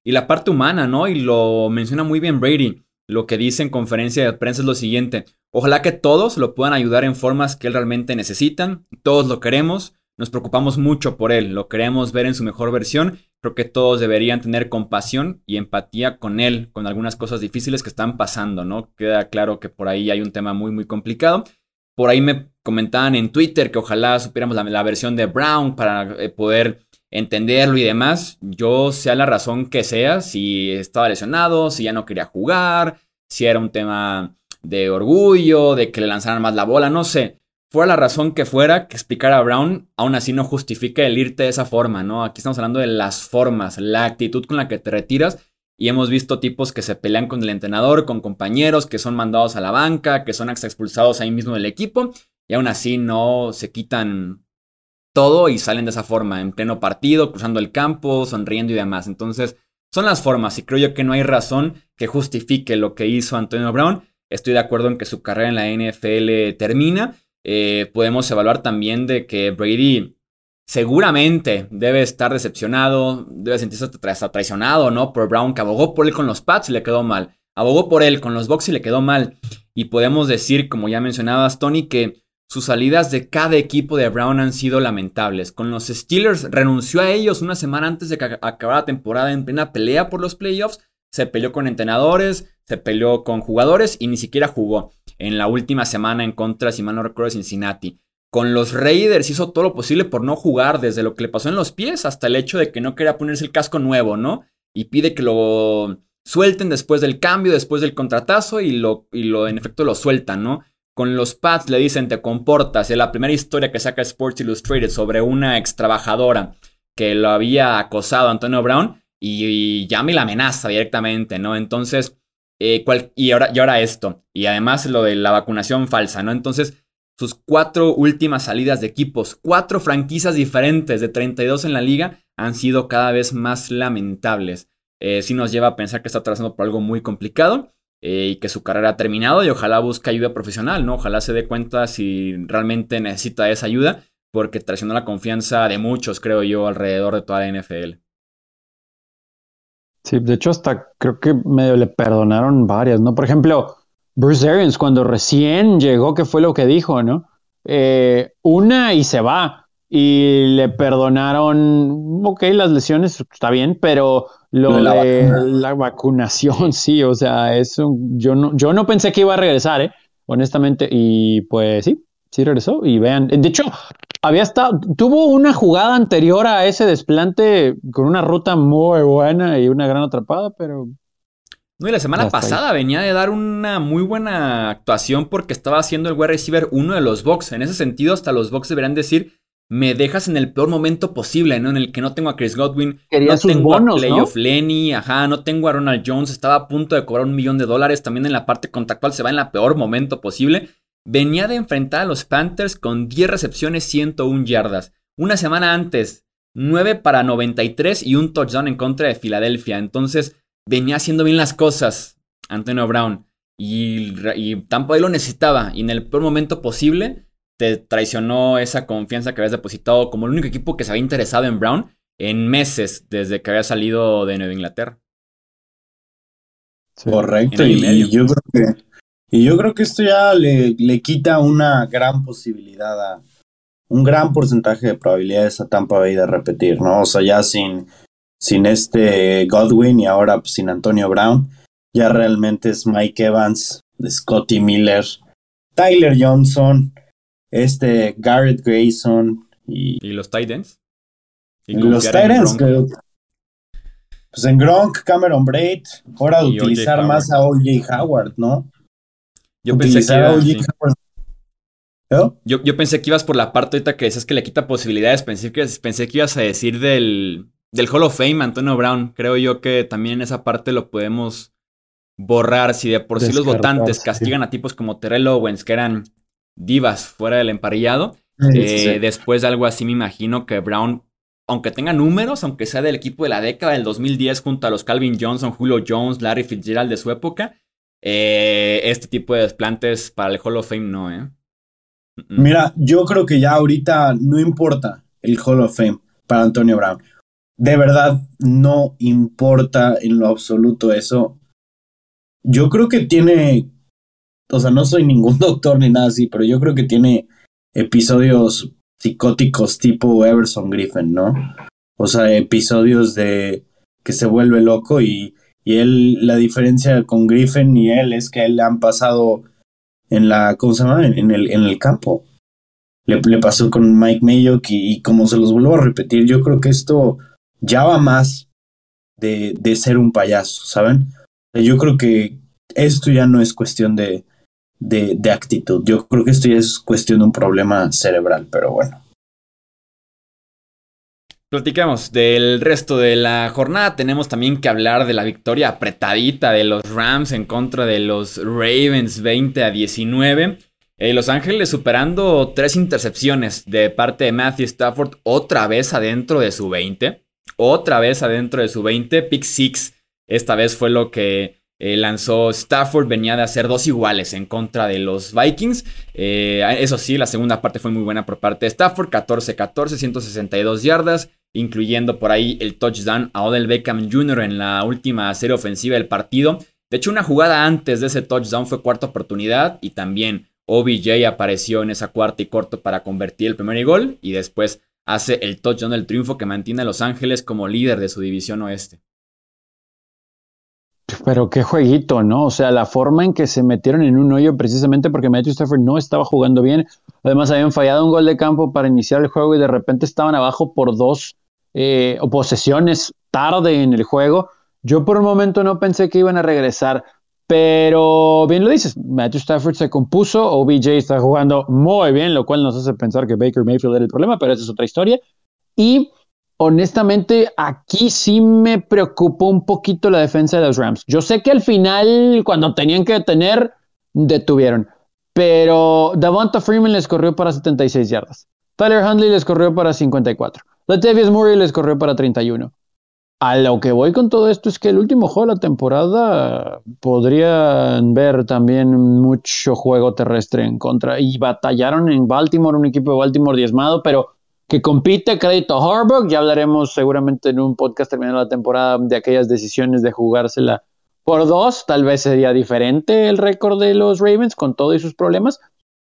y la parte humana, ¿no? Y lo menciona muy bien Brady. Lo que dice en conferencia de prensa es lo siguiente: ojalá que todos lo puedan ayudar en formas que él realmente necesitan. Todos lo queremos, nos preocupamos mucho por él, lo queremos ver en su mejor versión. Creo que todos deberían tener compasión y empatía con él, con algunas cosas difíciles que están pasando, ¿no? Queda claro que por ahí hay un tema muy, muy complicado. Por ahí me comentaban en Twitter que ojalá supiéramos la, la versión de Brown para eh, poder entenderlo y demás. Yo, sea la razón que sea, si estaba lesionado, si ya no quería jugar, si era un tema de orgullo, de que le lanzaran más la bola, no sé. Fuera la razón que fuera, que explicara a Brown, aún así no justifica el irte de esa forma, ¿no? Aquí estamos hablando de las formas, la actitud con la que te retiras. Y hemos visto tipos que se pelean con el entrenador, con compañeros, que son mandados a la banca, que son hasta expulsados ahí mismo del equipo. Y aún así no se quitan todo y salen de esa forma, en pleno partido, cruzando el campo, sonriendo y demás. Entonces, son las formas y creo yo que no hay razón que justifique lo que hizo Antonio Brown. Estoy de acuerdo en que su carrera en la N F L termina. Eh, podemos evaluar también de que Brady seguramente debe estar decepcionado, debe sentirse hasta traicionado, ¿no? Por Brown, que abogó por él con los Pats y le quedó mal. Abogó por él con los Bucs y le quedó mal. Y podemos decir, como ya mencionabas, Tony, que sus salidas de cada equipo de Brown han sido lamentables. Con los Steelers renunció a ellos una semana antes de que acabara la temporada en plena pelea por los playoffs. Se peleó con entrenadores, se peleó con jugadores y ni siquiera jugó en la última semana en contra, si mal no recuerdo, de Cincinnati. Con los Raiders hizo todo lo posible por no jugar, desde lo que le pasó en los pies hasta el hecho de que no quería ponerse el casco nuevo, ¿no? Y pide que lo suelten después del cambio, después del contratazo y, lo, y lo, en efecto lo sueltan, ¿no? Con los Pats le dicen te comportas. Es la primera historia que saca Sports Illustrated sobre una ex trabajadora que lo había acosado a Antonio Brown y, y llama y la amenaza directamente, ¿no? Entonces, eh, cual, y, ahora, y ahora esto. Y además lo de la vacunación falsa, ¿no? Entonces, sus cuatro últimas salidas de equipos, cuatro franquicias diferentes de treinta y dos en la liga, han sido cada vez más lamentables. Eh, sí nos lleva a pensar que está atravesando por algo muy complicado eh, y que su carrera ha terminado y ojalá busque ayuda profesional, ¿no? Ojalá se dé cuenta si realmente necesita esa ayuda, porque traicionó la confianza de muchos, creo yo, alrededor de toda la N F L. Sí, de hecho hasta creo que medio le perdonaron varias, ¿no? Por ejemplo, Bruce Arians cuando recién llegó, ¿qué fue lo que dijo, no? Eh, una y se va. Y le perdonaron, ok, las lesiones, está bien, pero lo de, la, de vacuna. la vacunación, sí, o sea, eso, yo no, yo no pensé que iba a regresar, ¿eh? Honestamente, y pues sí, sí regresó, y vean, de hecho, había estado, tuvo una jugada anterior a ese desplante con una ruta muy buena y una gran atrapada, pero... No, y la semana pasada ahí venía de dar una muy buena actuación porque estaba haciendo el wide receiver uno de los Bucs. En ese sentido, hasta los Bucs deberían decir, me dejas en el peor momento posible, ¿no? En el que no tengo a Chris Godwin, Quería no sus tengo bonos, a Playoff ¿no? Lenny, ajá, no tengo a Ronald Jones, estaba a punto de cobrar un millón de dólares, también en la parte contractual se va en el peor momento posible. Venía de enfrentar a los Panthers con diez recepciones, ciento una yardas. Una semana antes, nueve para noventa y tres y un touchdown en contra de Filadelfia. Entonces, venía haciendo bien las cosas Antonio Brown. Y, y Tampa Bay lo necesitaba. Y en el peor momento posible te traicionó esa confianza que habías depositado como el único equipo que se había interesado en Brown en meses desde que había salido de Nueva Inglaterra. Sí. Correcto, y, y yo creo que y yo creo que esto ya le, le quita una gran posibilidad a un gran porcentaje de probabilidades a Tampa Bay de repetir, ¿no? O sea, ya sin, sin este Godwin y ahora pues, sin Antonio Brown, ya realmente es Mike Evans, Scotty Miller, Tyler Johnson, este Garrett Grayson y, ¿Y los tight ends? ¿Y los tight ends? Que, pues en Gronk, Cameron Braid, hora de utilizar más a O J Howard, ¿no? Yo utilizar pensé que iba, sí. Howard. ¿No? Yo, yo pensé que ibas por la parte ahorita que decías que le quita posibilidades. Pensé que, pensé que ibas a decir del, del Hall of Fame, Antonio Brown. Creo yo que también en esa parte lo podemos borrar. Si de por sí los votantes sí. castigan a tipos como Terrell Owens, que eran divas fuera del emparrillado, sí, eh, sí. después de algo así me imagino que Brown, aunque tenga números, aunque sea del equipo de la década del dos mil diez junto a los Calvin Johnson, Julio Jones, Larry Fitzgerald de su época, eh, este tipo de desplantes para el Hall of Fame no, ¿eh? Mira, yo creo que ya ahorita no importa el Hall of Fame para Antonio Brown. de verdad no importa en lo absoluto eso. Yo creo que tiene, o sea, no soy ningún doctor ni nada así, pero yo creo que tiene episodios psicóticos tipo Everson Griffin, ¿no? O sea, episodios de que se vuelve loco y, y él, la diferencia con Griffin y él es que a él le han pasado en la, ¿cómo se llama? En, en el, en el campo. Le, le pasó con Mike Mayock y, y como se los vuelvo a repetir, yo creo que esto ya va más de, de ser un payaso, ¿saben? Yo creo que esto ya no es cuestión de, de, de actitud. Yo creo que esto ya es cuestión de un problema cerebral, pero bueno. Platicamos del resto de la jornada. Tenemos también que hablar de la victoria apretadita de los Rams en contra de los Ravens, veinte a diecinueve. Eh, Los Ángeles superando tres intercepciones de parte de Matthew Stafford, otra vez adentro de su veinte. Otra vez adentro de su veinte. Pick six. Esta vez fue lo que eh, lanzó Stafford. Venía de hacer dos iguales en contra de los Vikings. Eh, eso sí, la segunda parte fue muy buena por parte de Stafford. catorce catorce, ciento sesenta y dos yardas. Incluyendo por ahí el touchdown a Odell Beckham junior en la última serie ofensiva del partido. De hecho, una jugada antes de ese touchdown fue cuarta oportunidad. Y también O B J apareció en esa cuarta y corto para convertir el primer gol. Y después hace el touchdown del triunfo que mantiene a Los Ángeles como líder de su división oeste. Pero qué jueguito, ¿no? O sea, la forma en que se metieron en un hoyo precisamente porque Matthew Stafford no estaba jugando bien. Además, habían fallado un gol de campo para iniciar el juego y de repente estaban abajo por dos eh, posesiones tarde en el juego. Yo por un momento no pensé que iban a regresar, pero bien lo dices, Matthew Stafford se compuso, O B J está jugando muy bien, lo cual nos hace pensar que Baker Mayfield era el problema, pero esa es otra historia. Y honestamente, aquí sí me preocupó un poquito la defensa de los Rams. Yo sé que al final, cuando tenían que detener, detuvieron. Pero Devonta Freeman les corrió para setenta y seis yardas. Tyler Huntley les corrió para cincuenta y cuatro. Latavius Murray les corrió para treinta y uno. A lo que voy con todo esto es que el último juego de la temporada podrían ver también mucho juego terrestre en contra. Y batallaron en Baltimore, un equipo de Baltimore diezmado, pero que compite, crédito a Harbaugh. Ya hablaremos seguramente en un podcast terminando la temporada de aquellas decisiones de jugársela por dos. Tal vez sería diferente el récord de los Ravens con todo y sus problemas.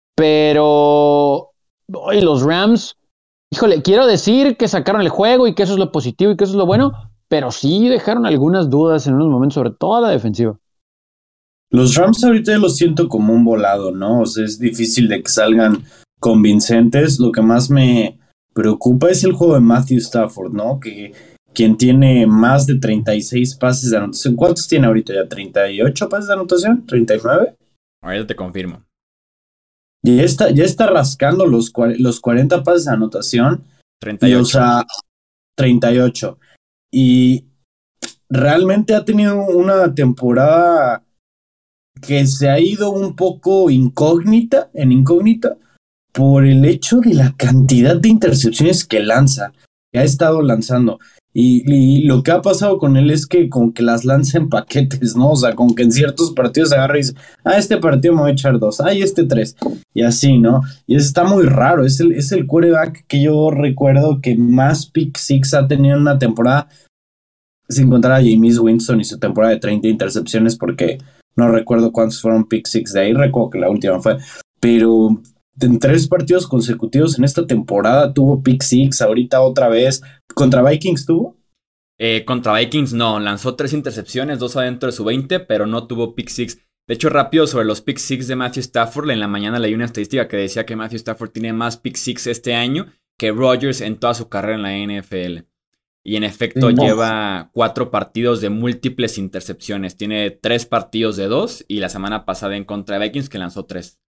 Pero hoy los Rams, híjole, quiero decir que sacaron el juego y que eso es lo positivo y que eso es lo bueno, pero sí dejaron algunas dudas en unos momentos, sobre todo la defensiva. Los Rams ahorita los siento como un volado, ¿no? O sea, es difícil de que salgan convincentes. Lo que más me preocupa es el juego de Matthew Stafford, ¿no? Que quien tiene más de treinta y seis pases de anotación. ¿Cuántos tiene ahorita ya? ¿treinta y ocho pases de anotación? ¿treinta y nueve? Ahorita te confirmo. Ya está, ya está rascando los, los cuarenta pases de anotación. treinta y ocho. Y, o sea, treinta y ocho. Y realmente ha tenido una temporada que se ha ido un poco incógnita, en incógnita, por el hecho de la cantidad de intercepciones que lanza, que ha estado lanzando. Y, y lo que ha pasado con él es que con que las lanza en paquetes, ¿no? O sea, con que en ciertos partidos agarra y dice, ah, este partido me voy a echar dos, ah, y este tres, y así, ¿no? Y eso está muy raro, es el, es el quarterback que yo recuerdo que más pick six ha tenido en una temporada, sin contar a Jameis Winston y su temporada de treinta intercepciones, porque no recuerdo cuántos fueron pick six de ahí, recuerdo que la última fue, pero en tres partidos consecutivos en esta temporada tuvo pick six, ahorita otra vez. ¿Contra Vikings tuvo? Eh, contra Vikings no, lanzó tres intercepciones, dos adentro de su veinte, pero no tuvo pick six. De hecho, rápido sobre los pick six de Matthew Stafford, en la mañana leí una estadística que decía que Matthew Stafford tiene más pick six este año que Rodgers en toda su carrera en la N F L. Y en efecto no. Lleva cuatro partidos de múltiples intercepciones. Tiene tres partidos de dos y la semana pasada en contra de Vikings que lanzó tres.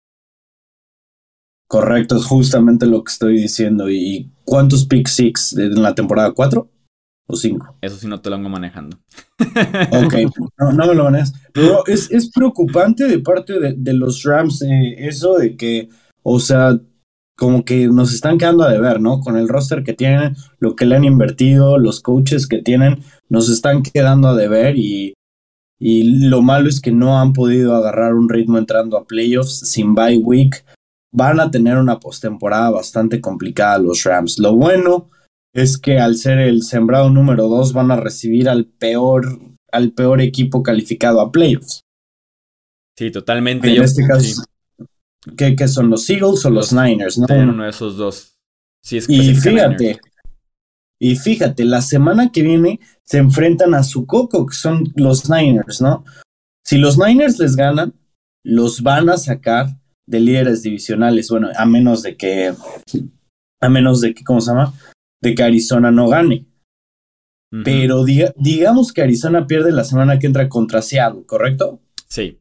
Correcto, es justamente lo que estoy diciendo. ¿Y cuántos pick six en la temporada? ¿Cuatro o cinco? Eso sí no te lo vengo manejando. Ok, no, no me lo manejas. Pero es, es preocupante de parte de, de los Rams eh, eso de que, o sea, como que nos están quedando a deber, ¿no? Con el roster que tienen, lo que le han invertido, los coaches que tienen, nos están quedando a deber y, y lo malo es que no han podido agarrar un ritmo entrando a playoffs sin bye week. Van a tener una postemporada bastante complicada los Rams. Lo bueno es que al ser el sembrado número dos van a recibir al peor, al peor equipo calificado a playoffs. Sí, totalmente. En Yo, este caso, sí. ¿qué, qué son los Eagles o los, los Niners? ¿No? Tienen uno de esos dos. Sí, es y fíjate, Niners. y fíjate, la semana que viene se enfrentan a su coco, que son los Niners, ¿no? Si los Niners les ganan, los van a sacar de líderes divisionales, bueno, a menos de que, a menos de que, ¿cómo se llama? De que Arizona no gane. Uh-huh. Pero diga, digamos que Arizona pierde la semana que entra contra Seattle, ¿correcto? Sí.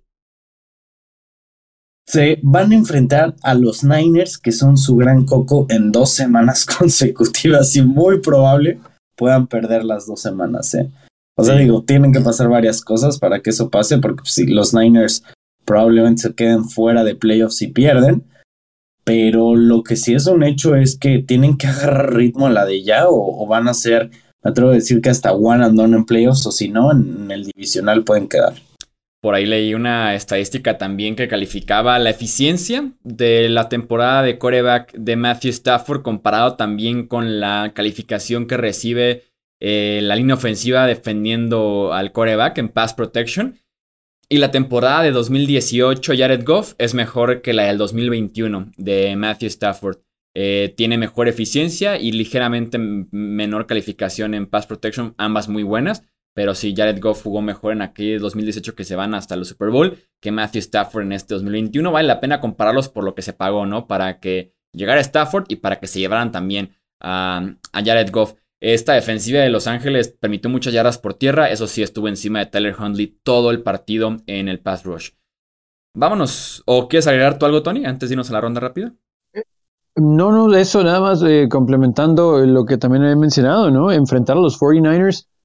Se van a enfrentar a los Niners, que son su gran coco, en dos semanas consecutivas y muy probable puedan perder las dos semanas, ¿eh? O sea, sí. digo, tienen que pasar varias cosas para que eso pase, porque si pues, los Niners probablemente se queden fuera de playoffs y pierden, pero lo que sí es un hecho es que tienen que agarrar ritmo a la de ya, o, o van a ser, me atrevo a decir que hasta one and done en playoffs, o si no, en, en el divisional pueden quedar. Por ahí leí una estadística también que calificaba la eficiencia de la temporada de quarterback de Matthew Stafford comparado también con la calificación que recibe eh, la línea ofensiva defendiendo al quarterback en pass protection. Y la temporada de dos mil dieciocho Jared Goff es mejor que la del dos mil veintiuno de Matthew Stafford. Eh, tiene mejor eficiencia y ligeramente menor calificación en pass protection, ambas muy buenas. Pero sí, Jared Goff jugó mejor en aquel dos mil dieciocho que se van hasta los Super Bowl que Matthew Stafford en este dos mil veintiuno. Vale la pena compararlos por lo que se pagó, ¿no? Para que llegara Stafford y para que se llevaran también a, a Jared Goff. Esta defensiva de Los Ángeles permitió muchas yardas por tierra. Eso sí, estuvo encima de Tyler Huntley todo el partido en el pass rush. Vámonos. ¿O quieres agregar tú algo, Tony, antes de irnos a la ronda rápida? No, no, eso nada más eh, complementando lo que también he mencionado, ¿no? Enfrentar a los cuarenta y nueve ers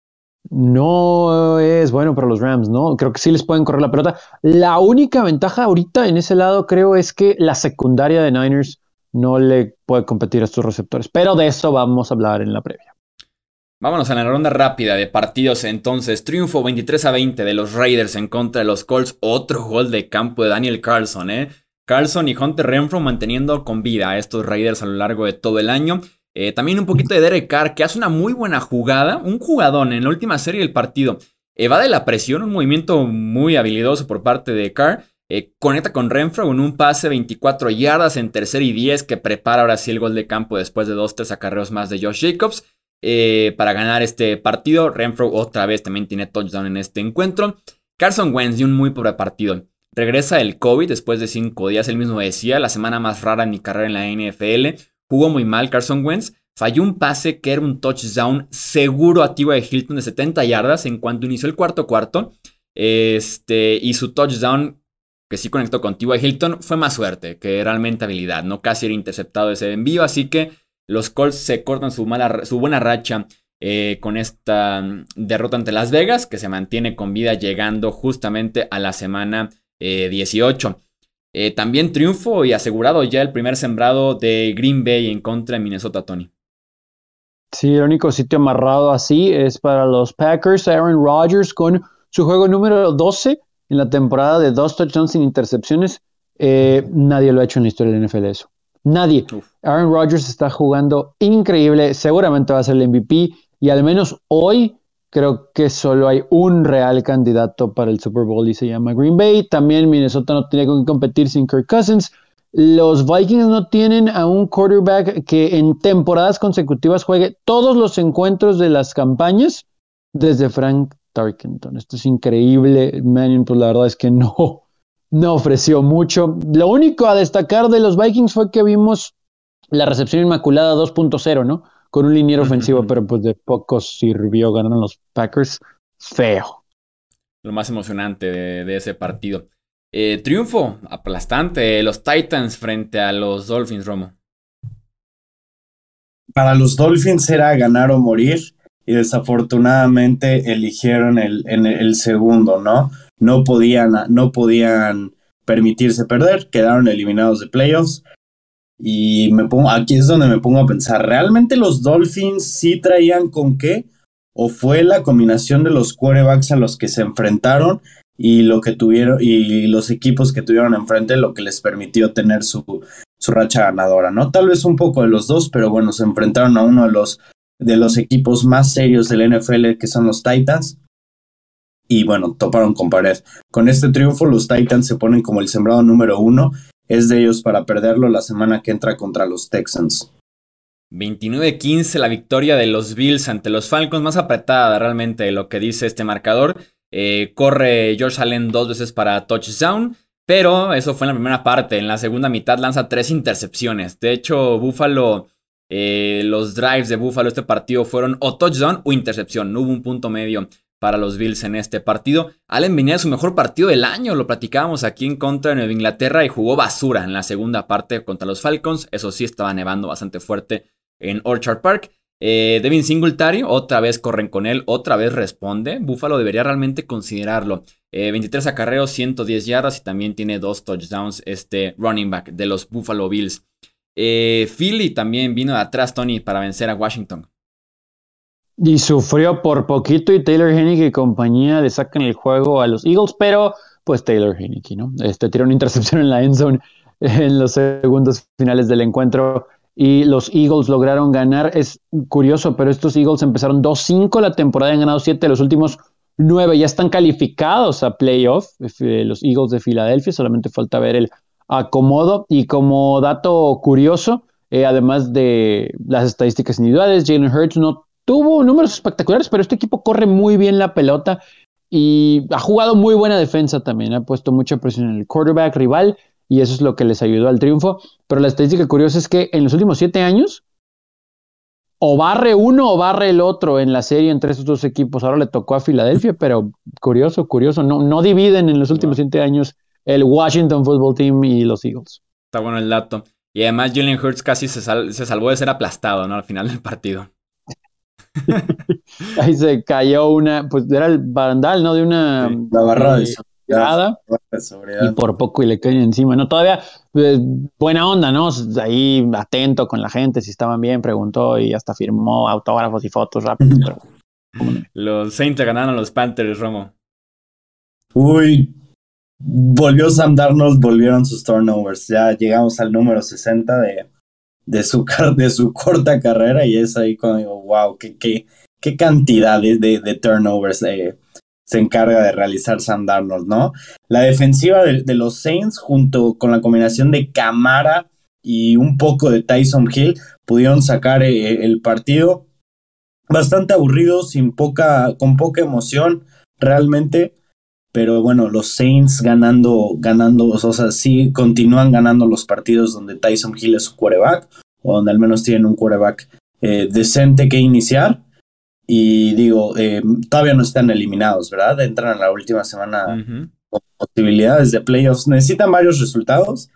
no es bueno para los Rams, ¿no? Creo que sí les pueden correr la pelota. La única ventaja ahorita en ese lado creo es que la secundaria de Niners no le puede competir a estos receptores. Pero de eso vamos a hablar en la previa. Vámonos a la ronda rápida de partidos entonces. Triunfo veintitrés a veinte de los Raiders en contra de los Colts. Otro gol de campo de Daniel Carlson, ¿eh? Carlson y Hunter Renfrow manteniendo con vida a estos Raiders a lo largo de todo el año. Eh, también un poquito de Derek Carr, que hace una muy buena jugada, un jugadón en la última serie del partido. Evade la presión, un movimiento muy habilidoso por parte de Carr. Eh, conecta con Renfrow en un pase veinticuatro yardas en tercera y diez que prepara ahora sí el gol de campo después de dos, tres acarreos más de Josh Jacobs. Eh, para ganar este partido, Renfrow otra vez también tiene touchdown en este encuentro. Carson Wentz dio un muy pobre partido. Regresa del COVID después de cinco días, él mismo decía, la semana más rara en mi carrera en la N F L. Jugó muy mal Carson Wentz, falló un pase que era un touchdown seguro a T Y Hilton de setenta yardas en cuanto inició el cuarto cuarto. Este, y su touchdown, que sí conectó con T Y Hilton, fue más suerte que realmente habilidad, ¿no? Casi era interceptado ese envío, así que los Colts se cortan su, mala, su buena racha eh, con esta derrota ante Las Vegas, que se mantiene con vida llegando justamente a la semana eh, dieciocho. Eh, también triunfo y asegurado ya el primer sembrado de Green Bay en contra de Minnesota, Tony. Sí, el único sitio amarrado así es para los Packers. Aaron Rodgers con su juego número doce en la temporada de dos touchdowns sin intercepciones. Eh, nadie lo ha hecho en la historia de la N F L eso. Nadie. Uf. Aaron Rodgers está jugando increíble. Seguramente va a ser el M V P. Y al menos hoy creo que solo hay un real candidato para el Super Bowl y se llama Green Bay. También Minnesota no tiene con qué competir sin Kirk Cousins. Los Vikings no tienen a un quarterback que en temporadas consecutivas juegue todos los encuentros de las campañas desde Frank Tarkenton. Esto es increíble. Mannion, pues la verdad es que no, no ofreció mucho. Lo único a destacar de los Vikings fue que vimos la recepción inmaculada dos punto cero, ¿no? Con un liniero ofensivo, pero pues de poco sirvió. Ganaron los Packers feo. Lo más emocionante de, de ese partido. Eh, triunfo aplastante de los Titans frente a los Dolphins, Romo. Para los Dolphins era ganar o morir y desafortunadamente eligieron el, en el segundo, ¿no? No podían, no podían permitirse perder, quedaron eliminados de playoffs. Y me pongo, aquí es donde me pongo a pensar, ¿realmente los Dolphins sí traían con qué? ¿O fue la combinación de los quarterbacks a los que se enfrentaron y lo que tuvieron y los equipos que tuvieron enfrente lo que les permitió tener su, su racha ganadora, ¿no? Tal vez un poco de los dos, pero bueno, se enfrentaron a uno de los de los equipos más serios del N F L, que son los Titans. Y bueno, toparon con pared. Con este triunfo, los Titans se ponen como el sembrado número uno. Es de ellos para perderlo la semana que entra contra los Texans. veintinueve quince la victoria de los Bills ante los Falcons, más apretada realmente de lo que dice este marcador. Eh, corre Josh Allen dos veces para touchdown, pero eso fue en la primera parte. En la segunda mitad lanza tres intercepciones. De hecho, Buffalo, eh, los drives de Buffalo este partido fueron o touchdown o intercepción. No hubo un punto medio para los Bills en este partido. Allen venía de su mejor partido del año, lo platicábamos aquí en contra de Nueva Inglaterra, y jugó basura en la segunda parte contra los Falcons. Eso sí, estaba nevando bastante fuerte en Orchard Park. Eh, Devin Singletary, otra vez corren con él, otra vez responde. Buffalo debería realmente considerarlo. Eh, veintitrés acarreos, ciento diez yardas y también tiene dos touchdowns este running back de los Buffalo Bills. Eh, Philly también vino de atrás, Tony, para vencer a Washington. Y sufrió por poquito y Taylor Heinicke y compañía le sacan el juego a los Eagles, pero pues Taylor Heinicke, ¿no? Este tiró una intercepción en la end zone en los segundos finales del encuentro y los Eagles lograron ganar. Es curioso, pero estos Eagles empezaron dos cinco la temporada, han ganado siete de los últimos nueve, ya están calificados a playoff, los Eagles de Filadelfia, solamente falta ver el acomodo. Y como dato curioso, eh, además de las estadísticas individuales, Jalen Hurts no tuvo números espectaculares, pero este equipo corre muy bien la pelota y ha jugado muy buena defensa también, ha puesto mucha presión en el quarterback rival y eso es lo que les ayudó al triunfo. Pero la estadística curiosa es que en los últimos siete años o barre uno o barre el otro en la serie entre esos dos equipos. Ahora le tocó a Filadelfia, pero curioso, curioso, no, no dividen en los últimos siete años el Washington Football Team y los Eagles. Está bueno el dato. Y además Jalen Hurts casi se, sal- se salvó de ser aplastado, ¿no? Al final del partido. Ahí se cayó una, pues era el barandal, ¿no? De una Sí, la barra de eh, seguridad. grada, de seguridad. y por poco y le caen encima, ¿no? Todavía eh, buena onda, ¿no? Ahí atento con la gente, si estaban bien, preguntó y hasta firmó autógrafos y fotos rápido. Pero, ¿cómo no? Los Saints ganaron a los Panthers, Romo. Uy, volvió Sam Darnold, volvieron sus turnovers. Ya llegamos al número sesenta de, de, su, car- de su corta carrera y es ahí cuando digo, wow, qué, qué, qué cantidad de, de, de turnovers eh, se encarga de realizar Sam Darnold, ¿no? La defensiva de, de los Saints, junto con la combinación de Camara y un poco de Tyson Hill, pudieron sacar eh, el partido bastante aburrido, sin poca, con poca emoción realmente. Pero bueno, los Saints ganando, ganando, o sea, sí continúan ganando los partidos donde Tyson Hill es su quarterback, o donde al menos tienen un quarterback eh, decente que iniciar. Y digo, eh, todavía no están eliminados, ¿verdad? Entran en la última semana Uh-huh. con posibilidades de playoffs. Necesitan varios resultados,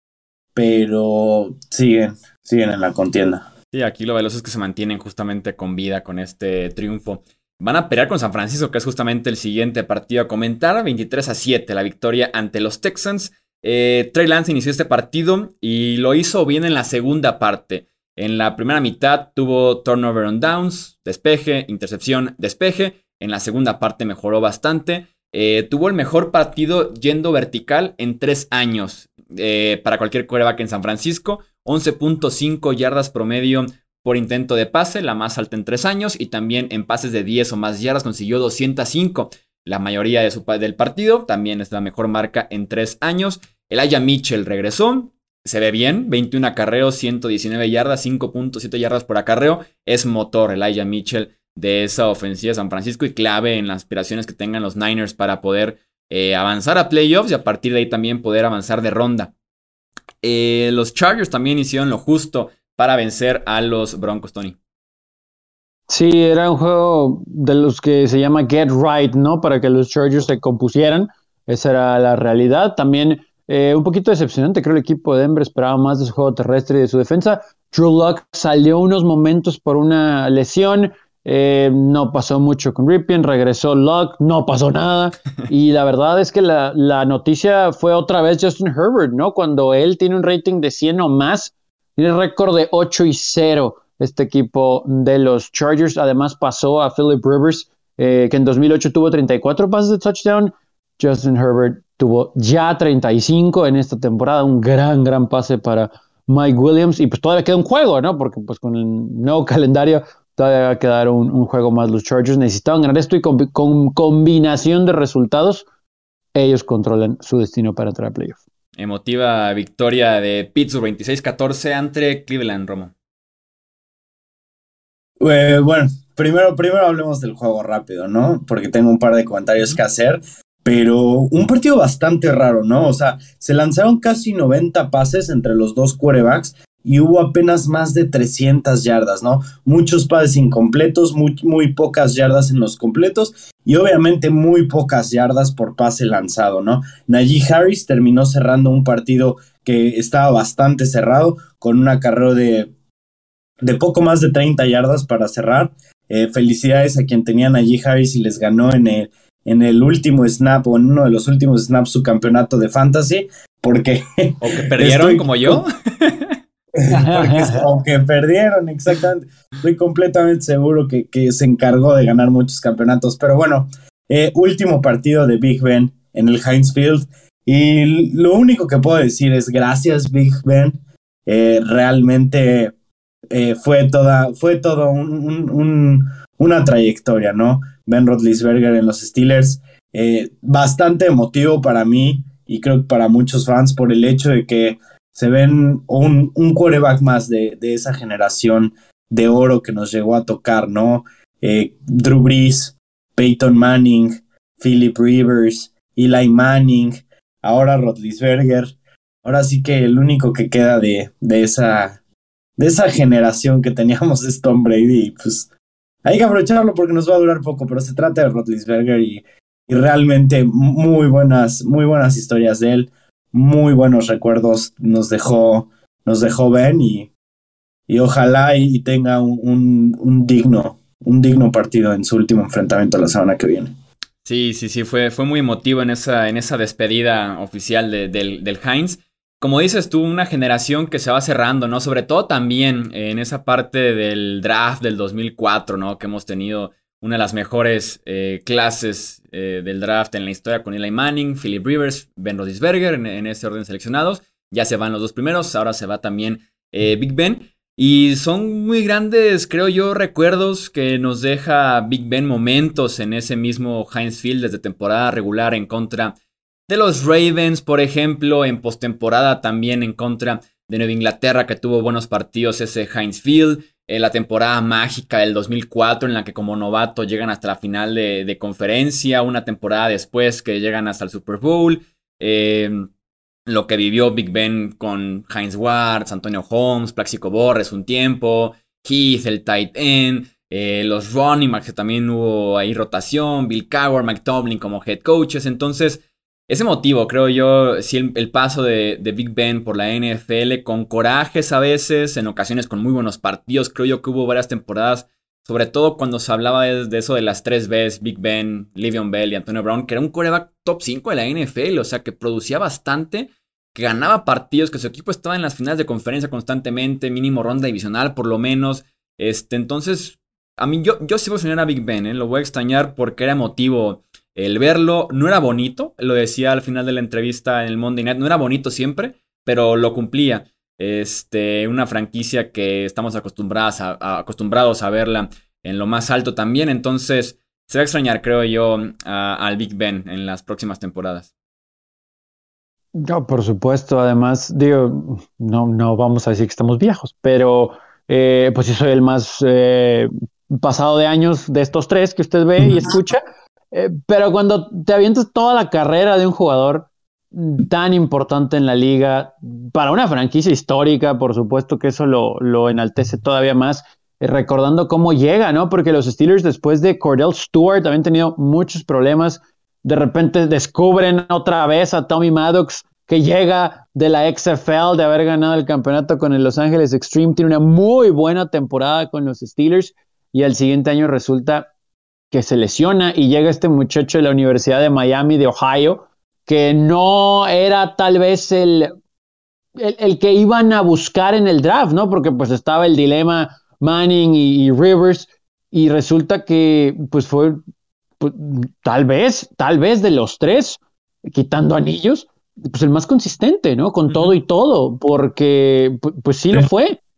pero siguen, siguen en la contienda. Sí, aquí lo veloz es que se mantienen justamente con vida con este triunfo. Van a pelear con San Francisco, que es justamente el siguiente partido a comentar. veintitrés a siete la victoria ante los Texans. Eh, Trey Lance inició este partido y lo hizo bien en la segunda parte. En la primera mitad tuvo turnover on downs, despeje, intercepción, despeje. En la segunda parte mejoró bastante. Eh, tuvo el mejor partido yendo vertical en tres años eh, para cualquier quarterback en San Francisco. once punto cinco yardas promedio por intento de pase, la más alta en tres años. Y también en pases de diez o más yardas consiguió doscientos cinco. La mayoría de su, del partido. También es la mejor marca en tres años. Elijah Mitchell regresó. Se ve bien, veintiún acarreos, ciento diecinueve yardas, cinco punto siete yardas por acarreo. Es motor Elijah Mitchell de esa ofensiva de San Francisco y clave en las aspiraciones que tengan los Niners para poder eh, avanzar a playoffs y a partir de ahí también poder avanzar de ronda. Eh, los Chargers también hicieron lo justo para vencer a los Broncos, Tony. Sí, era un juego de los que se llama Get Right, ¿no? Para que los Chargers se compusieran. Esa era la realidad. También eh, un poquito decepcionante, creo el equipo de Denver esperaba más de su juego terrestre y de su defensa. Drew Lock salió unos momentos por una lesión, eh, no pasó mucho con Ripien, regresó Lock, no pasó nada. Y la verdad es que la, la noticia fue otra vez Justin Herbert, ¿no? Cuando él tiene un rating de cien o más, tiene récord de ocho y cero. Este equipo de los Chargers además pasó a Philip Rivers, eh, que en dos mil ocho tuvo treinta y cuatro pases de touchdown. Justin Herbert tuvo ya treinta y cinco en esta temporada, un gran, gran pase para Mike Williams. Y pues todavía queda un juego, ¿no? Porque pues con el nuevo calendario todavía va a quedar un, un juego más. Los Chargers necesitaban ganar esto y con, con combinación de resultados, ellos controlan su destino para entrar a playoff. Emotiva victoria de Pittsburgh veintiséis catorce ante Cleveland, Romo. Eh, bueno, primero, primero hablemos del juego rápido, ¿no? Porque tengo un par de comentarios que hacer, pero un partido bastante raro, ¿no? O sea, se lanzaron casi noventa pases entre los dos quarterbacks y hubo apenas más de trescientas yardas, ¿no? Muchos pases incompletos, muy, muy pocas yardas en los completos y obviamente muy pocas yardas por pase lanzado, ¿no? Najee Harris terminó cerrando un partido que estaba bastante cerrado con un acarreo de, de poco más de treinta yardas para cerrar. Eh, felicidades a quien tenía Najee Harris y les ganó en el, en el último snap o en uno de los últimos snaps su campeonato de fantasy, porque... O que perdieron estoy, como yo. Porque aunque perdieron, exactamente, estoy completamente seguro que, que se encargó de ganar muchos campeonatos. Pero bueno, eh, último partido de Big Ben en el Heinz Field y lo único que puedo decir es gracias Big Ben. Eh, realmente eh, fue toda fue todo un, un, un, una trayectoria, ¿no? Ben Roethlisberger en los Steelers, eh, bastante emotivo para mí y creo que para muchos fans por el hecho de que se ven un, un quarterback más de, de esa generación de oro que nos llegó a tocar, ¿no? Eh, Drew Brees, Peyton Manning, Philip Rivers, Eli Manning, ahora Roethlisberger. Ahora sí que el único que queda de, de, esa, de esa generación que teníamos es Tom Brady. Y pues hay que aprovecharlo porque nos va a durar poco, pero se trata de Roethlisberger y, y realmente muy buenas, muy buenas historias de él. Muy buenos recuerdos nos dejó, nos dejó Ben y, y ojalá y, y tenga un, un, un, digno, un digno partido en su último enfrentamiento la semana que viene. Sí, sí, sí, fue, fue muy emotivo en esa, en esa despedida oficial de, del, del Heinz. Como dices tú, una generación que se va cerrando, ¿no? Sobre todo también en esa parte del draft del dos mil cuatro, ¿no? Que hemos tenido una de las mejores eh, clases eh, del draft en la historia con Eli Manning, Philip Rivers, Ben Roethlisberger en, en ese orden seleccionados. Ya se van los dos primeros, ahora se va también eh, Big Ben. Y son muy grandes, creo yo, recuerdos que nos deja Big Ben, momentos en ese mismo Heinz Field desde temporada regular en contra de los Ravens, por ejemplo, en postemporada también en contra de Nueva Inglaterra, que tuvo buenos partidos ese Heinz Field. Eh, la temporada mágica del dos mil cuatro en la que como novato llegan hasta la final de, de conferencia, una temporada después que llegan hasta el Super Bowl, eh, lo que vivió Big Ben con Hines Ward, Antonio Holmes, Plaxico Borres un tiempo, Heath, el tight end, eh, los running backs que también hubo ahí rotación, Bill Cowher, Mike Tomlin como head coaches. Entonces es emotivo, creo yo, sí, el, el paso de, de Big Ben por la N F L, con corajes a veces, en ocasiones con muy buenos partidos. Creo yo que hubo varias temporadas, sobre todo cuando se hablaba de, de eso de las tres Bs, Big Ben, Le'Veon Bell y Antonio Brown, que era un quarterback top cinco de la N F L, o sea, que producía bastante, que ganaba partidos, que su equipo estaba en las finales de conferencia constantemente, mínimo ronda divisional por lo menos. Este, entonces, a mí yo, yo sí voy a extrañar a Big Ben, ¿eh? Lo voy a extrañar porque era emotivo el verlo. No era bonito, lo decía al final de la entrevista en el Monday Night, no era bonito siempre, pero lo cumplía. Este, una franquicia que estamos acostumbrados a, a, acostumbrados a verla en lo más alto también, entonces se va a extrañar, creo yo, a, al Big Ben en las próximas temporadas. No, por supuesto, además, digo, no, no vamos a decir que estamos viejos, pero eh, pues yo soy el más eh, pasado de años de estos tres que usted ve y escucha. Eh, pero cuando te avientas toda la carrera de un jugador tan importante en la liga, para una franquicia histórica, por supuesto que eso lo, lo enaltece todavía más, eh, recordando cómo llega, ¿no? Porque los Steelers, después de Cordell Stewart, habían tenido muchos problemas. De repente descubren otra vez a Tommy Maddox, que llega de la X F L, de haber ganado el campeonato con el Los Angeles Extreme, tiene una muy buena temporada con los Steelers, y al siguiente año resulta que se lesiona y llega este muchacho de la Universidad de Miami de Ohio, que no era tal vez el, el, el que iban a buscar en el draft, ¿no? Porque pues estaba el dilema Manning y, y Rivers, y resulta que pues fue pues, tal vez, tal vez de los tres, quitando anillos, pues el más consistente, ¿no? Con todo y todo, porque pues, pues sí lo fue.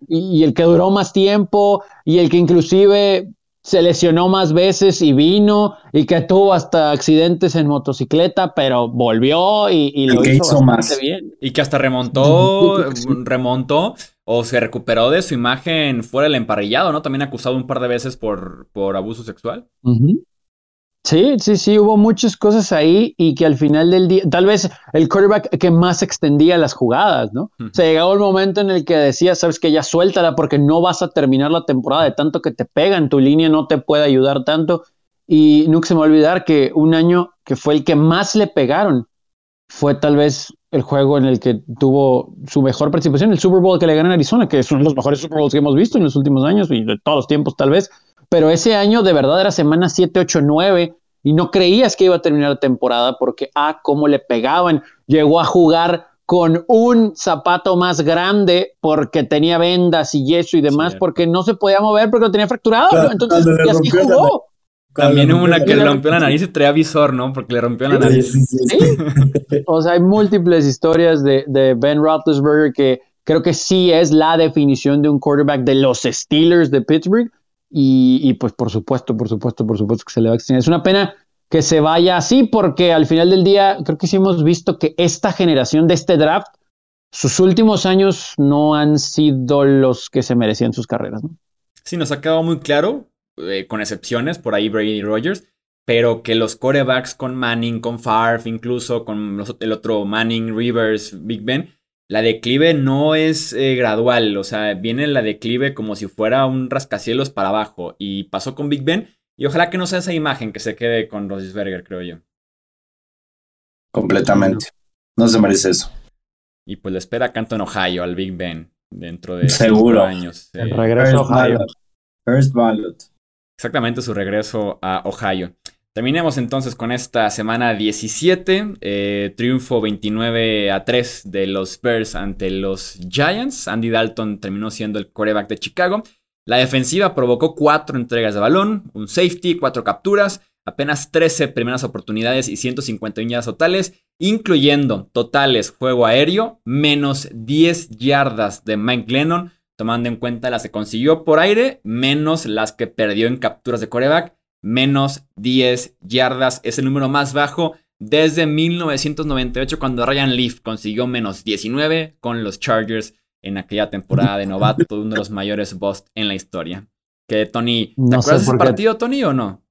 y, y el que duró más tiempo, y el que inclusive se lesionó más veces y vino, y que tuvo hasta accidentes en motocicleta, pero volvió y, y El lo que hizo hizo bastante más. bien. Y que hasta Yo remontó, creo que sí. remontó o se recuperó de su imagen fuera del emparrillado, ¿no? También acusado un par de veces por, por abuso sexual. Ujú. Sí, sí, sí, hubo muchas cosas ahí y que al final del día, tal vez el quarterback que más extendía las jugadas, ¿no? O sea, llegaba un momento en el que decía, sabes que ya suéltala porque no vas a terminar la temporada de tanto que te pegan, tu línea no te puede ayudar tanto. Y nunca se me va a olvidar que un año que fue el que más le pegaron fue tal vez el juego en el que tuvo su mejor participación, el Super Bowl que le ganó en Arizona, que es uno de los mejores Super Bowls que hemos visto en los últimos años y de todos los tiempos tal vez, pero ese año de verdad era semana siete, ocho, nueve y no creías que iba a terminar la temporada porque, ah, cómo le pegaban, llegó a jugar con un zapato más grande porque tenía vendas y yeso y demás, Cierto. porque no se podía mover porque lo tenía fracturado, ¿no? Entonces, Cuando le y así rompió la- jugó. También hubo una que le la- rompió la nariz y traía visor, ¿no? Porque le rompió la Sí, nariz. sí, sí, sí. Sí, o sea, hay múltiples historias de, de Ben Roethlisberger que creo que sí es la definición de un quarterback de los Steelers de Pittsburgh. Y, y pues por supuesto, por supuesto, por supuesto que se le va a extender. Es una pena que se vaya así porque al final del día creo que sí hemos visto que esta generación de este draft, sus últimos años no han sido los que se merecían sus carreras, ¿no? Sí, nos ha quedado muy claro, eh, con excepciones, por ahí Brady y Rodgers, pero que los quarterbacks con Manning, con Favre, incluso con los- el otro Manning, Rivers, Big Ben, la declive no es eh, gradual, o sea, viene la declive como si fuera un rascacielos para abajo, y pasó con Big Ben, y ojalá que no sea esa imagen que se quede con Roethlisberger, creo yo. Completamente. No se merece eso. Y pues le espera canto en Ohio al Big Ben dentro de Seguro. cinco años. El eh, regreso a First Ohio. ballot. First ballot. Exactamente su regreso a Ohio. Terminemos entonces con esta semana diecisiete. Eh, triunfo veintinueve a tres de los Bears ante los Giants. Andy Dalton terminó siendo el quarterback de Chicago. La defensiva provocó cuatro entregas de balón, un safety, cuatro capturas, apenas trece primeras oportunidades y ciento cincuenta y uno yardas totales, incluyendo totales juego aéreo, menos diez yardas de Mike Glennon, tomando en cuenta las que consiguió por aire, menos las que perdió en capturas de quarterback, menos diez yardas. Es el número más bajo desde mil novecientos noventa y ocho, cuando Ryan Leaf consiguió menos diecinueve con los Chargers en aquella temporada de novato, uno de los mayores busts en la historia. Que Tony, ¿te No acuerdas sé de ese por qué. partido, Tony, o no?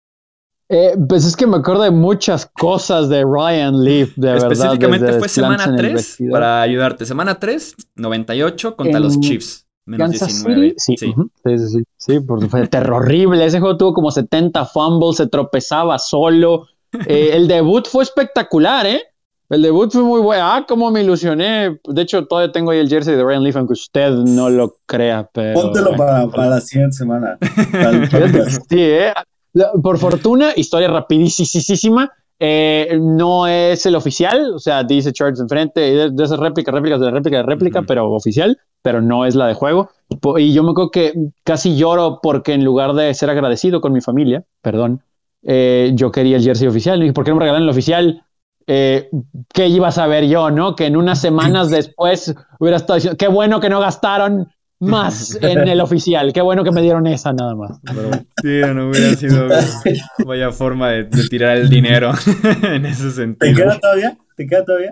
Eh, pues es que me acuerdo de muchas cosas de Ryan Leaf, de verdad. Específicamente desde fue desplantes semana en el tres, vestidor. para ayudarte. Semana tres, noventa y ocho contra En los Chiefs. Menos Kansas diecinueve. City, sí, Sí. ujú, sí, sí, sí, sí, porque fue terrible. Ese juego tuvo como setenta fumbles, se tropezaba solo. Eh, el debut fue espectacular, ¿eh? El debut fue muy bueno. Ah, cómo me ilusioné. De hecho, todavía tengo ahí el jersey de Ryan Leaf, aunque usted no lo crea, pero... Póntelo para, para la siguiente semana. Para el Fíjate que podcast. sí, ¿eh? La- Por fortuna, historia rapidísima. Eh, no es el oficial, o sea, dice Chargers enfrente, de, de esas réplicas, réplicas de réplica de réplica, Ujú. pero oficial, pero no es la de juego. Po- Y yo me acuerdo que casi lloro porque en lugar de ser agradecido con mi familia, perdón, eh, yo quería el jersey oficial. Y dije, ¿por qué no me regalan el oficial? Eh, ¿Qué iba a saber yo, no? Que en unas semanas después hubiera estado diciendo, qué bueno que no gastaron más en el oficial, qué bueno que me dieron esa nada más. Pero bueno. Sí, no hubiera sido vaya forma de, de tirar el dinero en ese ¿Te sentido. queda todavía? ¿Te queda todavía?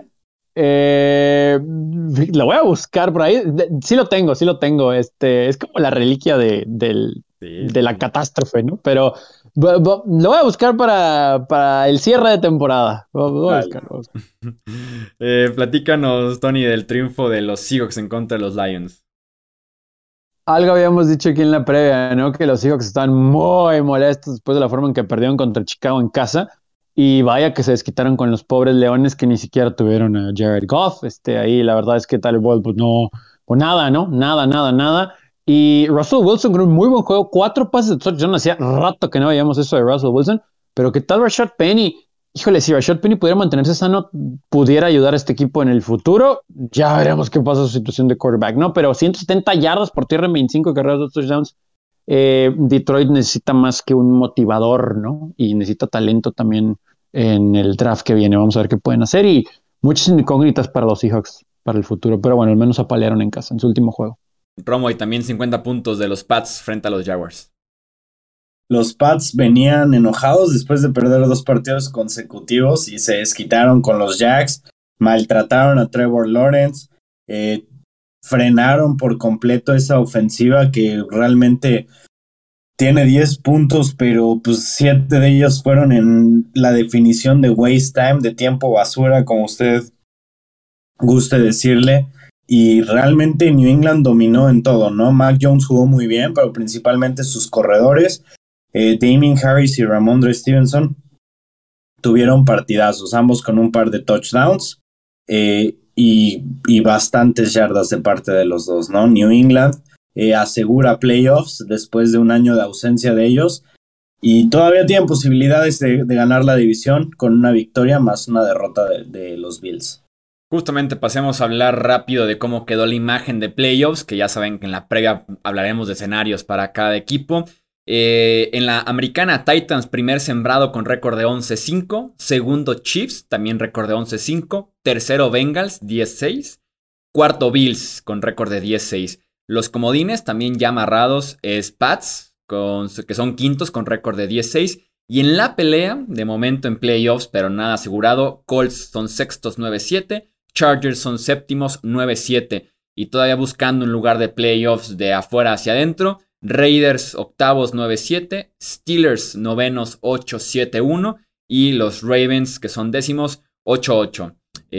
Eh, lo voy a buscar por ahí. De- sí lo tengo, sí lo tengo. Este, es como la reliquia de, del- Sí, de la sí. catástrofe, ¿no? Pero bu- bu- lo voy a buscar para, para el cierre de temporada. Lo voy a Vale. buscar, lo voy a buscar. Eh, platícanos, Tony, del triunfo de los Seahawks en contra de los Lions. Algo habíamos dicho aquí en la previa, ¿no? Que los Seahawks estaban muy molestos después de la forma en que perdieron contra Chicago en casa. Y vaya que se desquitaron con los pobres Leones que ni siquiera tuvieron a Jared Goff. Este, ahí la verdad es que Tyler Boyd, pues no, pues nada, ¿no? Nada, nada, nada. Y Russell Wilson con un muy buen juego, cuatro pases de touchdown. Hacía rato que no veíamos eso de Russell Wilson. Pero ¿qué tal Rashad Penny? Híjole, si Rashad Penny pudiera mantenerse sano, pudiera ayudar a este equipo en el futuro. Ya veremos qué pasa su situación de quarterback, ¿no? Pero ciento setenta yardas por tierra en veinticinco carreras de touchdowns. Eh, Detroit necesita más que un motivador, ¿no? Y necesita talento también en el draft que viene. Vamos a ver qué pueden hacer. Y muchas incógnitas para los Seahawks para el futuro. Pero bueno, al menos apalearon en casa en su último juego. Romo, y también cincuenta puntos de los Pats frente a los Jaguars. Los Pats venían enojados después de perder dos partidos consecutivos y se desquitaron con los Jags, maltrataron a Trevor Lawrence, eh, frenaron por completo esa ofensiva que realmente tiene diez puntos, pero pues siete de ellos fueron en la definición de waste time, de tiempo basura, como usted guste decirle. Y realmente New England dominó en todo, ¿no? Mac Jones jugó muy bien, pero principalmente sus corredores. Eh, Damien Harris y Ramondre Stevenson tuvieron partidazos, ambos con un par de touchdowns eh, y, y bastantes yardas de parte de los dos, ¿no? New England eh, asegura playoffs después de un año de ausencia de ellos y todavía tienen posibilidades de, de ganar la división con una victoria más una derrota de, de los Bills. Justamente pasemos a hablar rápido de cómo quedó la imagen de playoffs, que ya saben que en la previa hablaremos de escenarios para cada equipo. Eh, en la americana, Titans, primer sembrado con récord de once cinco. Segundo, Chiefs, también récord de once cinco. Tercero, Bengals, diez seis. Cuarto, Bills, con récord de diez seis. Los comodines, también ya amarrados, es Pats, con, que son quintos con récord de diez seis. Y en la pelea, de momento en playoffs, pero nada asegurado, Colts son sextos, nueve siete. Chargers son séptimos, nueve siete. Y todavía buscando un lugar de playoffs de afuera hacia adentro, Raiders octavos nueve siete, Steelers novenos ocho siete uno y los Ravens, que son décimos, ocho ocho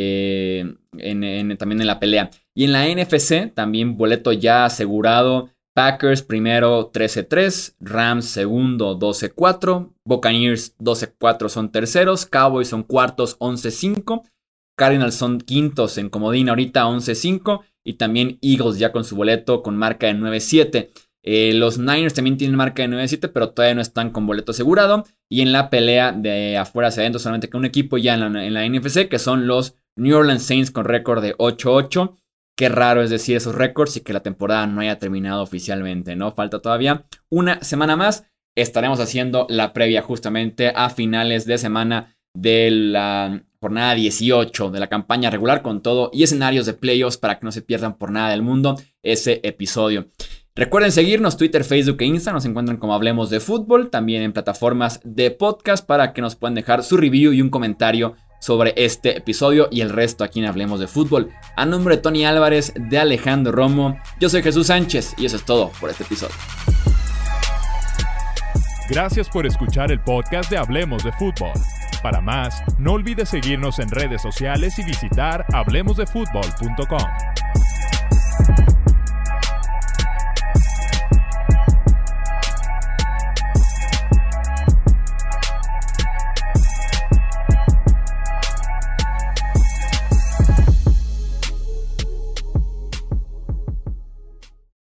eh, en, en, también en la pelea. Y en la N F C también boleto ya asegurado, Packers primero trece tres, Rams segundo doce cuatro, Buccaneers doce cuatro son terceros, Cowboys son cuartos once cinco, Cardinals son quintos en comodín ahorita once cinco y también Eagles ya con su boleto con marca de nueve siete. Eh, los Niners también tienen marca de nueve siete, pero todavía no están con boleto asegurado. Y en la pelea de afuera hacia adentro, solamente con un equipo ya en la, en la N F C, que son los New Orleans Saints con récord de ocho ocho. Qué raro es decir esos récords y que la temporada no haya terminado oficialmente, ¿no? Falta todavía una semana más. Estaremos haciendo la previa justamente a finales de semana de la jornada dieciocho de la campaña regular con todo y escenarios de playoffs para que no se pierdan por nada del mundo ese episodio. Recuerden seguirnos Twitter, Facebook e Insta, nos encuentran como Hablemos de Fútbol, también en plataformas de podcast para que nos puedan dejar su review y un comentario sobre este episodio y el resto aquí en Hablemos de Fútbol. A nombre de Tony Álvarez, de Alejandro Romo, yo soy Jesús Sánchez y eso es todo por este episodio. Gracias por escuchar el podcast de Hablemos de Fútbol. Para más, no olvides seguirnos en redes sociales y visitar hablemos de fútbol punto com.